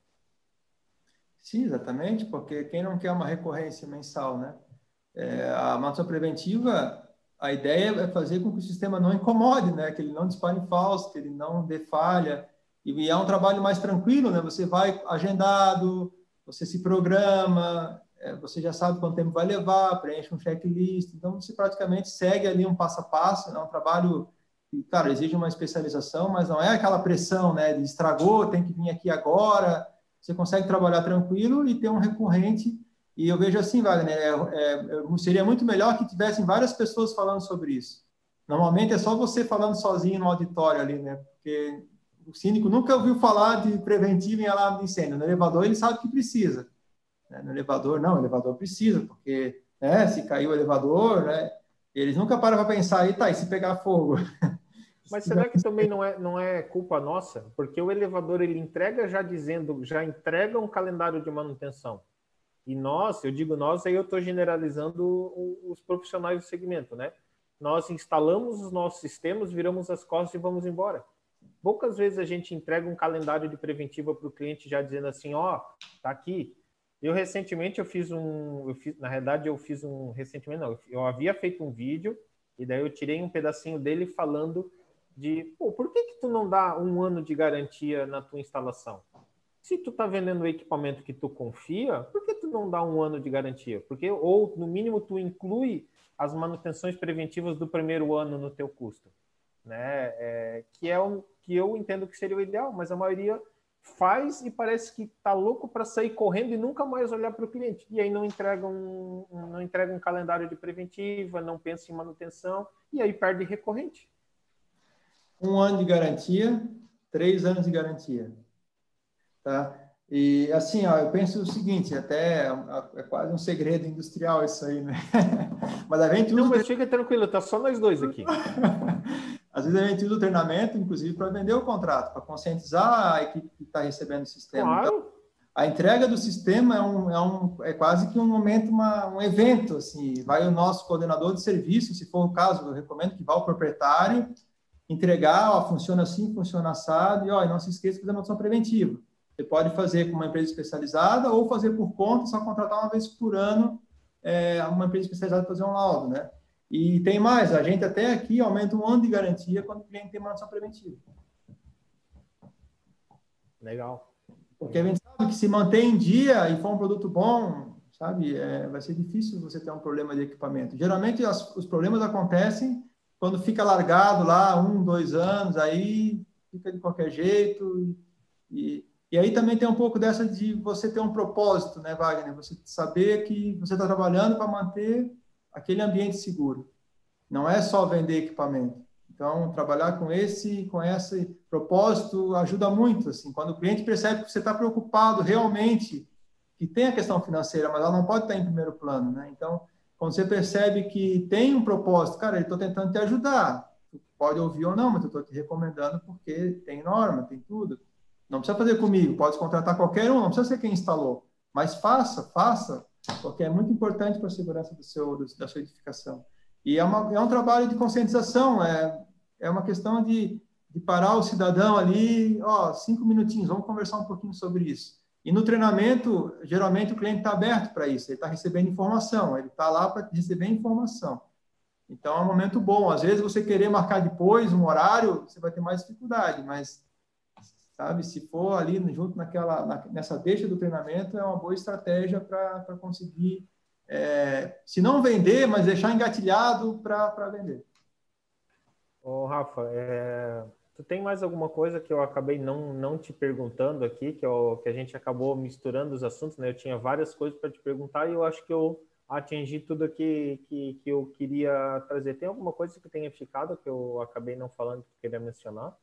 Sim, exatamente, porque quem não quer uma recorrência mensal, né? A manutenção preventiva, a ideia é fazer com que o sistema não incomode, né? Que ele não dispare falso, que ele não dê falha. E é um trabalho mais tranquilo, né? Você vai agendado, você se programa, você já sabe quanto tempo vai levar, preenche um checklist. Então, você praticamente segue ali um passo a passo, é um trabalho claro, exige uma especialização, mas não é aquela pressão, né, de estragou, tem que vir aqui agora. Você consegue trabalhar tranquilo e ter um recorrente. E eu vejo assim, Wagner, seria muito melhor que tivessem várias pessoas falando sobre isso. Normalmente é só você falando sozinho no auditório ali, né? Porque o síndico nunca ouviu falar de preventivo em alarme de incêndio. No elevador ele sabe que precisa. Né? No elevador, não, o elevador precisa, porque né, se cair o elevador, né, eles nunca param para pensar, aí tá, e se pegar fogo? Mas será que também não é culpa nossa? Porque o elevador ele entrega já entrega um calendário de manutenção. E nós, eu digo nós, aí eu estou generalizando os profissionais do segmento, né? Nós instalamos os nossos sistemas, viramos as costas e vamos embora. Poucas vezes a gente entrega um calendário de preventiva para o cliente já dizendo assim, ó, tá aqui. Recentemente na realidade recentemente não, eu havia feito um vídeo e daí eu tirei um pedacinho dele falando pô, por que tu não dá um ano de garantia na tua instalação? Se tu tá vendendo o equipamento que tu confia, por que tu não dá um ano de garantia? Porque, ou, no mínimo, tu inclui as manutenções preventivas do primeiro ano no teu custo, né? Que eu entendo que seria o ideal, mas a maioria faz e parece que tá louco para sair correndo e nunca mais olhar para o cliente. E aí não entrega um calendário de preventiva, não pensa em manutenção, e aí perde recorrente. 1 ano de garantia, 3 anos de garantia. Tá? E assim, ó, eu penso o seguinte, até é quase um segredo industrial isso aí, né? Mas a gente não, mas fica tranquilo, tá só nós dois aqui. Às vezes a gente usa o treinamento, inclusive, para vender o contrato, para conscientizar a equipe que está recebendo o sistema. Claro. Então, a entrega do sistema é quase que um momento, um evento, assim, vai o nosso coordenador de serviço, se for o caso, eu recomendo que vá o proprietário entregar, ó, funciona assim, funciona assado, e ó, não se esqueça de fazer a manutenção preventiva. Você pode fazer com uma empresa especializada ou fazer por conta, só contratar uma vez por ano uma empresa especializada para fazer um laudo, né? E tem mais, a gente até aqui aumenta 1 ano de garantia quando o cliente tem manutenção preventiva. Legal. Porque a gente sabe que se mantém em dia e for um produto bom, sabe, vai ser difícil você ter um problema de equipamento. Geralmente os problemas acontecem quando fica largado lá 1, 2 anos, aí fica de qualquer jeito. E aí também tem um pouco dessa de você ter um propósito, né, Wagner? Você saber que você está trabalhando para manter aquele ambiente seguro. Não é só vender equipamento. Então, trabalhar com esse propósito ajuda muito. Assim, quando o cliente percebe que você está preocupado realmente, que tem a questão financeira, mas ela não pode estar em primeiro plano, né? Então, quando você percebe que tem um propósito, cara, eu estou tentando te ajudar. Tu pode ouvir ou não, mas eu estou te recomendando porque tem norma, tem tudo. Não precisa fazer comigo, pode contratar qualquer um, não precisa ser quem instalou. Mas faça, porque é muito importante para a segurança da sua edificação. E é um trabalho de conscientização, é uma questão de parar o cidadão ali, 5 minutinhos, vamos conversar um pouquinho sobre isso. E no treinamento, geralmente o cliente está aberto para isso, ele está recebendo informação, ele está lá para receber informação. Então é um momento bom. Às vezes você querer marcar depois um horário, você vai ter mais dificuldade, mas, sabe, se for ali junto nessa deixa do treinamento, é uma boa estratégia para conseguir se não vender, mas deixar engatilhado para vender. Ô, Rafa, tu tem mais alguma coisa que eu acabei não te perguntando aqui, que a gente acabou misturando os assuntos, né? Eu tinha várias coisas para te perguntar e eu acho que eu atingi tudo aqui que eu queria trazer. Tem alguma coisa que tenha ficado que eu acabei não falando que eu queria mencionar?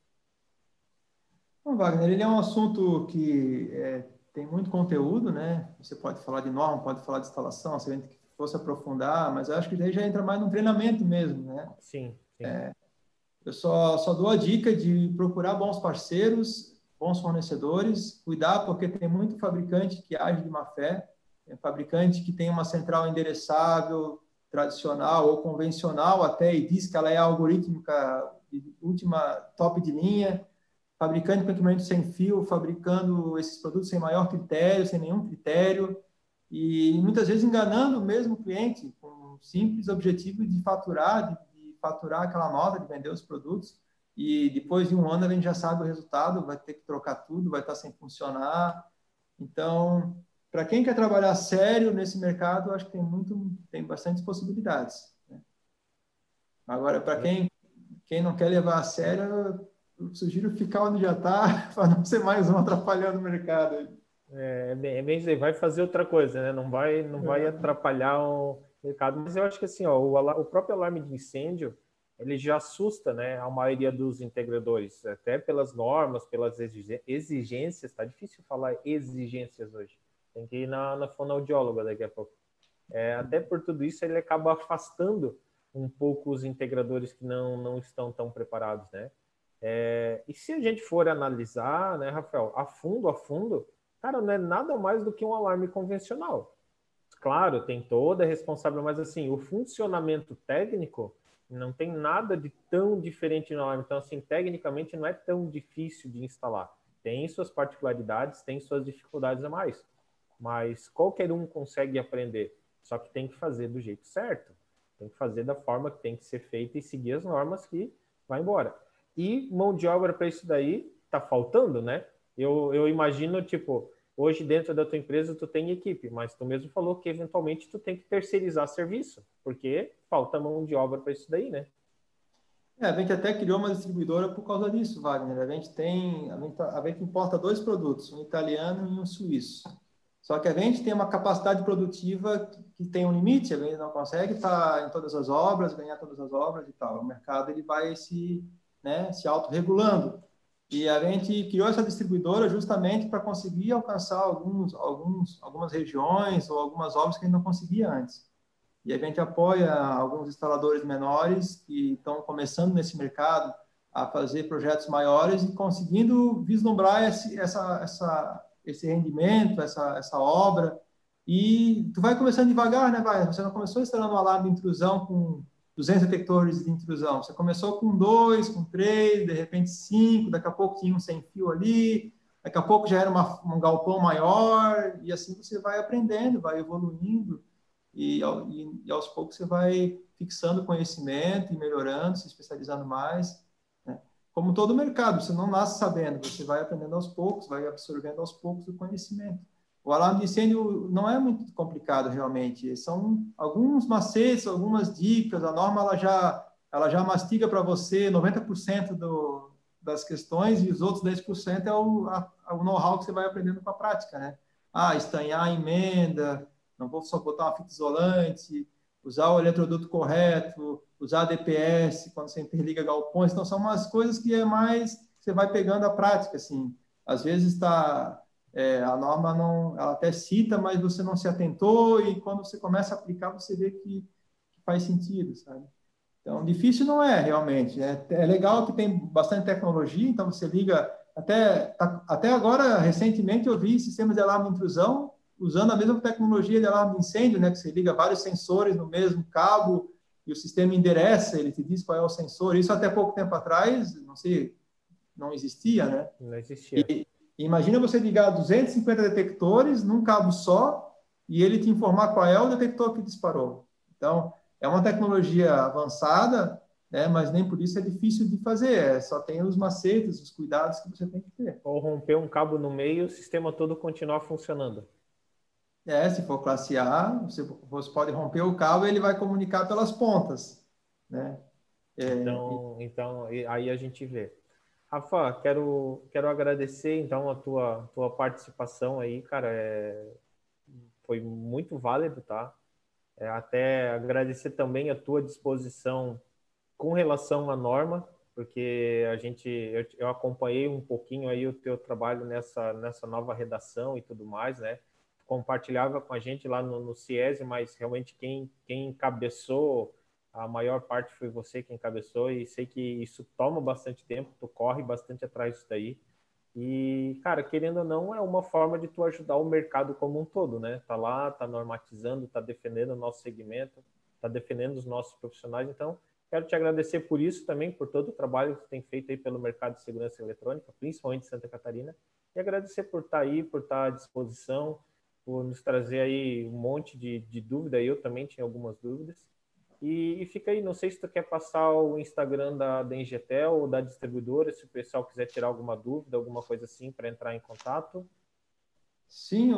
Bom, Wagner, ele é um assunto que tem muito conteúdo, né? Você pode falar de norma, pode falar de instalação, se a gente fosse aprofundar, mas eu acho que daí já entra mais no treinamento mesmo, né? Sim. Eu só dou a dica de procurar bons parceiros, bons fornecedores, cuidar porque tem muito fabricante que age de má fé, tem fabricante que tem uma central endereçável, tradicional ou convencional até, e diz que ela é algorítmica de última top de linha, fabricante com equipamento sem fio, fabricando esses produtos sem maior critério, sem nenhum critério, e muitas vezes enganando o mesmo cliente, com o simples objetivo de faturar aquela nota, de vender os produtos, e depois de 1 ano a gente já sabe o resultado, vai ter que trocar tudo, vai estar sem funcionar. Então, para quem quer trabalhar sério nesse mercado, eu acho que tem bastantes possibilidades, né? Agora, para quem quem não quer levar a sério, eu sugiro ficar onde já está, para não ser mais um atrapalhando o mercado. Bem dizer, vai fazer outra coisa, né? Não vai atrapalhar o mercado. Mas eu acho que assim, ó, o próprio alarme de incêndio, ele já assusta, né, a maioria dos integradores, até pelas normas, pelas exigências. Tá difícil falar exigências hoje. Tem que ir na fonoaudióloga daqui a pouco. Até por tudo isso, ele acaba afastando um pouco os integradores que não estão tão preparados, né? E se a gente for analisar, né, Rafael, a fundo, cara, não é nada mais do que um alarme convencional. Claro, tem toda a responsabilidade, mas assim, o funcionamento técnico não tem nada de tão diferente no alarme. Então, assim, tecnicamente não é tão difícil de instalar. Tem suas particularidades, tem suas dificuldades a mais. Mas qualquer um consegue aprender. Só que tem que fazer do jeito certo. Tem que fazer da forma que tem que ser feita e seguir as normas que vai embora. E mão de obra para isso daí tá faltando, né? Eu imagino, tipo, hoje dentro da tua empresa tu tem equipe, mas tu mesmo falou que eventualmente tu tem que terceirizar serviço, porque falta mão de obra para isso daí, né? A gente até criou uma distribuidora por causa disso, Wagner. A gente importa 2 produtos, um italiano e um suíço. Só que a gente tem uma capacidade produtiva que tem um limite, a gente não consegue estar em todas as obras, ganhar todas as obras e tal. O mercado ele vai se autorregulando. E a gente criou essa distribuidora justamente para conseguir alcançar algumas regiões ou algumas obras que a gente não conseguia antes. E a gente apoia alguns instaladores menores que estão começando nesse mercado a fazer projetos maiores e conseguindo vislumbrar esse rendimento, essa obra. E tu vai começando devagar, né, vai? Você não começou instalando um alarme de intrusão com 200 detectores de intrusão. Você começou com 2, com 3, de repente 5, daqui a pouco tinha um sem fio ali, daqui a pouco já era um galpão maior, e assim você vai aprendendo, vai evoluindo. E aos poucos você vai fixando conhecimento e melhorando, se especializando mais, né? Como todo mercado, você não nasce sabendo, você vai aprendendo aos poucos, vai absorvendo aos poucos o conhecimento. O alarme de incêndio não é muito complicado realmente, são alguns macetes, algumas dicas, a norma ela já mastiga para você 90% das questões e os outros 10% é o know-how que você vai aprendendo com a prática, né? Estanhar a emenda, não vou só botar uma fita isolante, usar o eletroduto correto, usar DPS quando você interliga galpões. Então, são umas coisas que é mais você vai pegando a prática, assim. Às vezes a norma não, ela até cita, mas você não se atentou e quando você começa a aplicar, você vê que faz sentido, sabe? Então, difícil não é, realmente. É legal que tem bastante tecnologia, então você liga... Até agora, recentemente, eu vi sistemas de alarme de intrusão usando a mesma tecnologia de alarme de incêndio, né, que você liga vários sensores no mesmo cabo e o sistema endereça, ele te diz qual é o sensor. Isso até pouco tempo atrás, não sei, não existia, né? Não existia. E imagina você ligar 250 detectores num cabo só e ele te informar qual é o detector que disparou. Então, é uma tecnologia avançada, né, mas nem por isso é difícil de fazer. Só tem os macetes, os cuidados que você tem que ter. Ou romper um cabo no meio, o sistema todo continuar funcionando. Se for classe A, você pode romper o cabo e ele vai comunicar pelas pontas, né? Então aí a gente vê. Rafa, quero agradecer então a tua participação aí, cara. Foi muito válido, tá? Até agradecer também a tua disposição com relação à norma, porque eu acompanhei um pouquinho aí o teu trabalho nessa nova redação e tudo mais, né? Compartilhava com a gente lá no CIESE, mas realmente quem encabeçou, a maior parte foi você quem encabeçou, e sei que isso toma bastante tempo, tu corre bastante atrás disso daí. E, cara, querendo ou não, é uma forma de tu ajudar o mercado como um todo, né? Tá lá, tá normatizando, tá defendendo o nosso segmento, tá defendendo os nossos profissionais. Então, quero te agradecer por isso também, por todo o trabalho que tu tem feito aí pelo mercado de segurança eletrônica, principalmente em Santa Catarina. E agradecer por estar aí, por estar à disposição, por nos trazer aí um monte de dúvida. Eu também tinha algumas dúvidas. E fica aí, não sei se tu quer passar o Instagram da Ingetel ou da distribuidora, se o pessoal quiser tirar alguma dúvida, alguma coisa assim, para entrar em contato. Sim,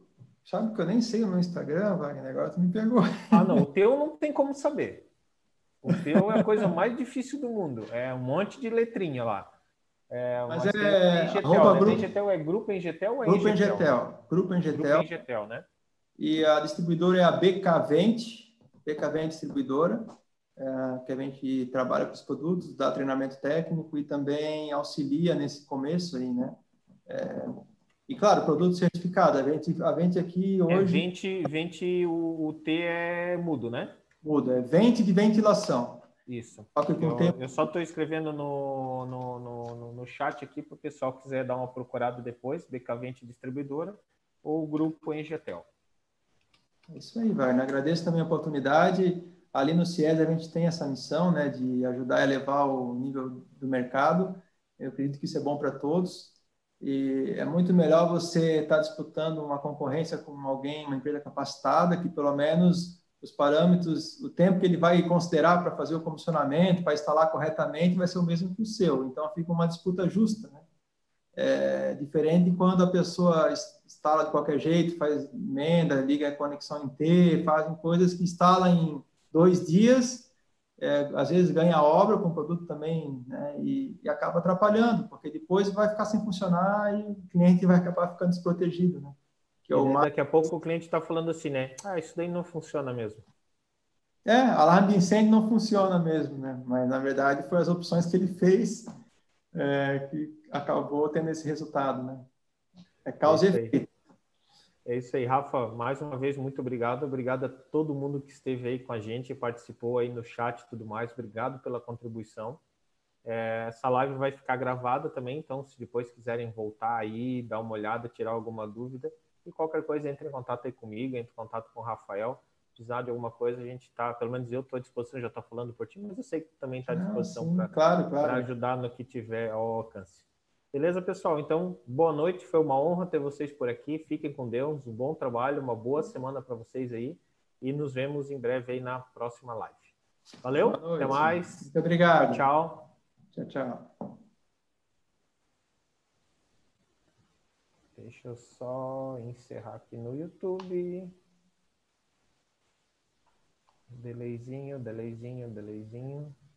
sabe que eu nem sei o meu Instagram, Wagner, agora tu me pegou. Ah, não, o teu não tem como saber. O teu é a coisa mais difícil do mundo. É um monte de letrinha lá. Mas Mas tem o Engetel, arroba né? grupo, Engetel é Grupo Engetel ou é grupo Engetel? Engetel. Grupo Grupo Engetel. Engetel, né? E a distribuidora é a BK20, BK20 Distribuidora, que a gente trabalha com os produtos, dá treinamento técnico e também auxilia nesse começo aí, né? E claro, produto certificado. A gente aqui É hoje vente o T é mudo, né? muda, é vente de ventilação. Isso. Só que com o tempo. Eu só estou escrevendo no chat aqui para o pessoal que quiser dar uma procurada depois, BK20 Distribuidora ou Grupo Engetel. É isso aí, Wagner. Agradeço também a oportunidade. Ali no CIES a gente tem essa missão, né, de ajudar a elevar o nível do mercado. Eu acredito que isso é bom para todos. E é muito melhor você estar disputando uma concorrência com alguém, uma empresa capacitada, que pelo menos os parâmetros, o tempo que ele vai considerar para fazer o comissionamento, para instalar corretamente, vai ser o mesmo que o seu. Então fica uma disputa justa, né? É diferente quando a pessoa instala de qualquer jeito, faz emenda, liga a conexão em T, fazem coisas que instala em 2 dias, às vezes ganha a obra com o produto também, né, e acaba atrapalhando, porque depois vai ficar sem funcionar e o cliente vai acabar ficando desprotegido, né? Que é E o daí, mais... daqui a pouco o cliente está falando assim, né? Ah, isso daí não funciona mesmo. Alarme de incêndio não funciona mesmo, né? Mas na verdade foi as opções que ele fez que acabou tendo esse resultado, né? É É causa e isso aí. efeito. É isso aí, Rafa. Mais uma vez, muito obrigado. Obrigado a todo mundo que esteve aí com a gente, participou aí no chat e tudo mais. Obrigado pela contribuição. Essa live vai ficar gravada também, então se depois quiserem voltar aí, dar uma olhada, tirar alguma dúvida, e qualquer coisa, entre em contato aí comigo, entre em contato com o Rafael. Precisar de alguma coisa, a gente está, pelo menos eu estou à disposição, já está falando por ti, mas eu sei que também está à disposição Sim, claro, para claro. ajudar no que tiver ao alcance. Beleza, pessoal? Então, boa noite, foi uma honra ter vocês por aqui. Fiquem com Deus, um bom trabalho, uma boa semana para vocês aí e nos vemos em breve aí na próxima live. Valeu, Boa até noite. mais. Muito obrigado. Tchau. Tchau, tchau. Deixa eu só encerrar aqui no YouTube. Delayzinho.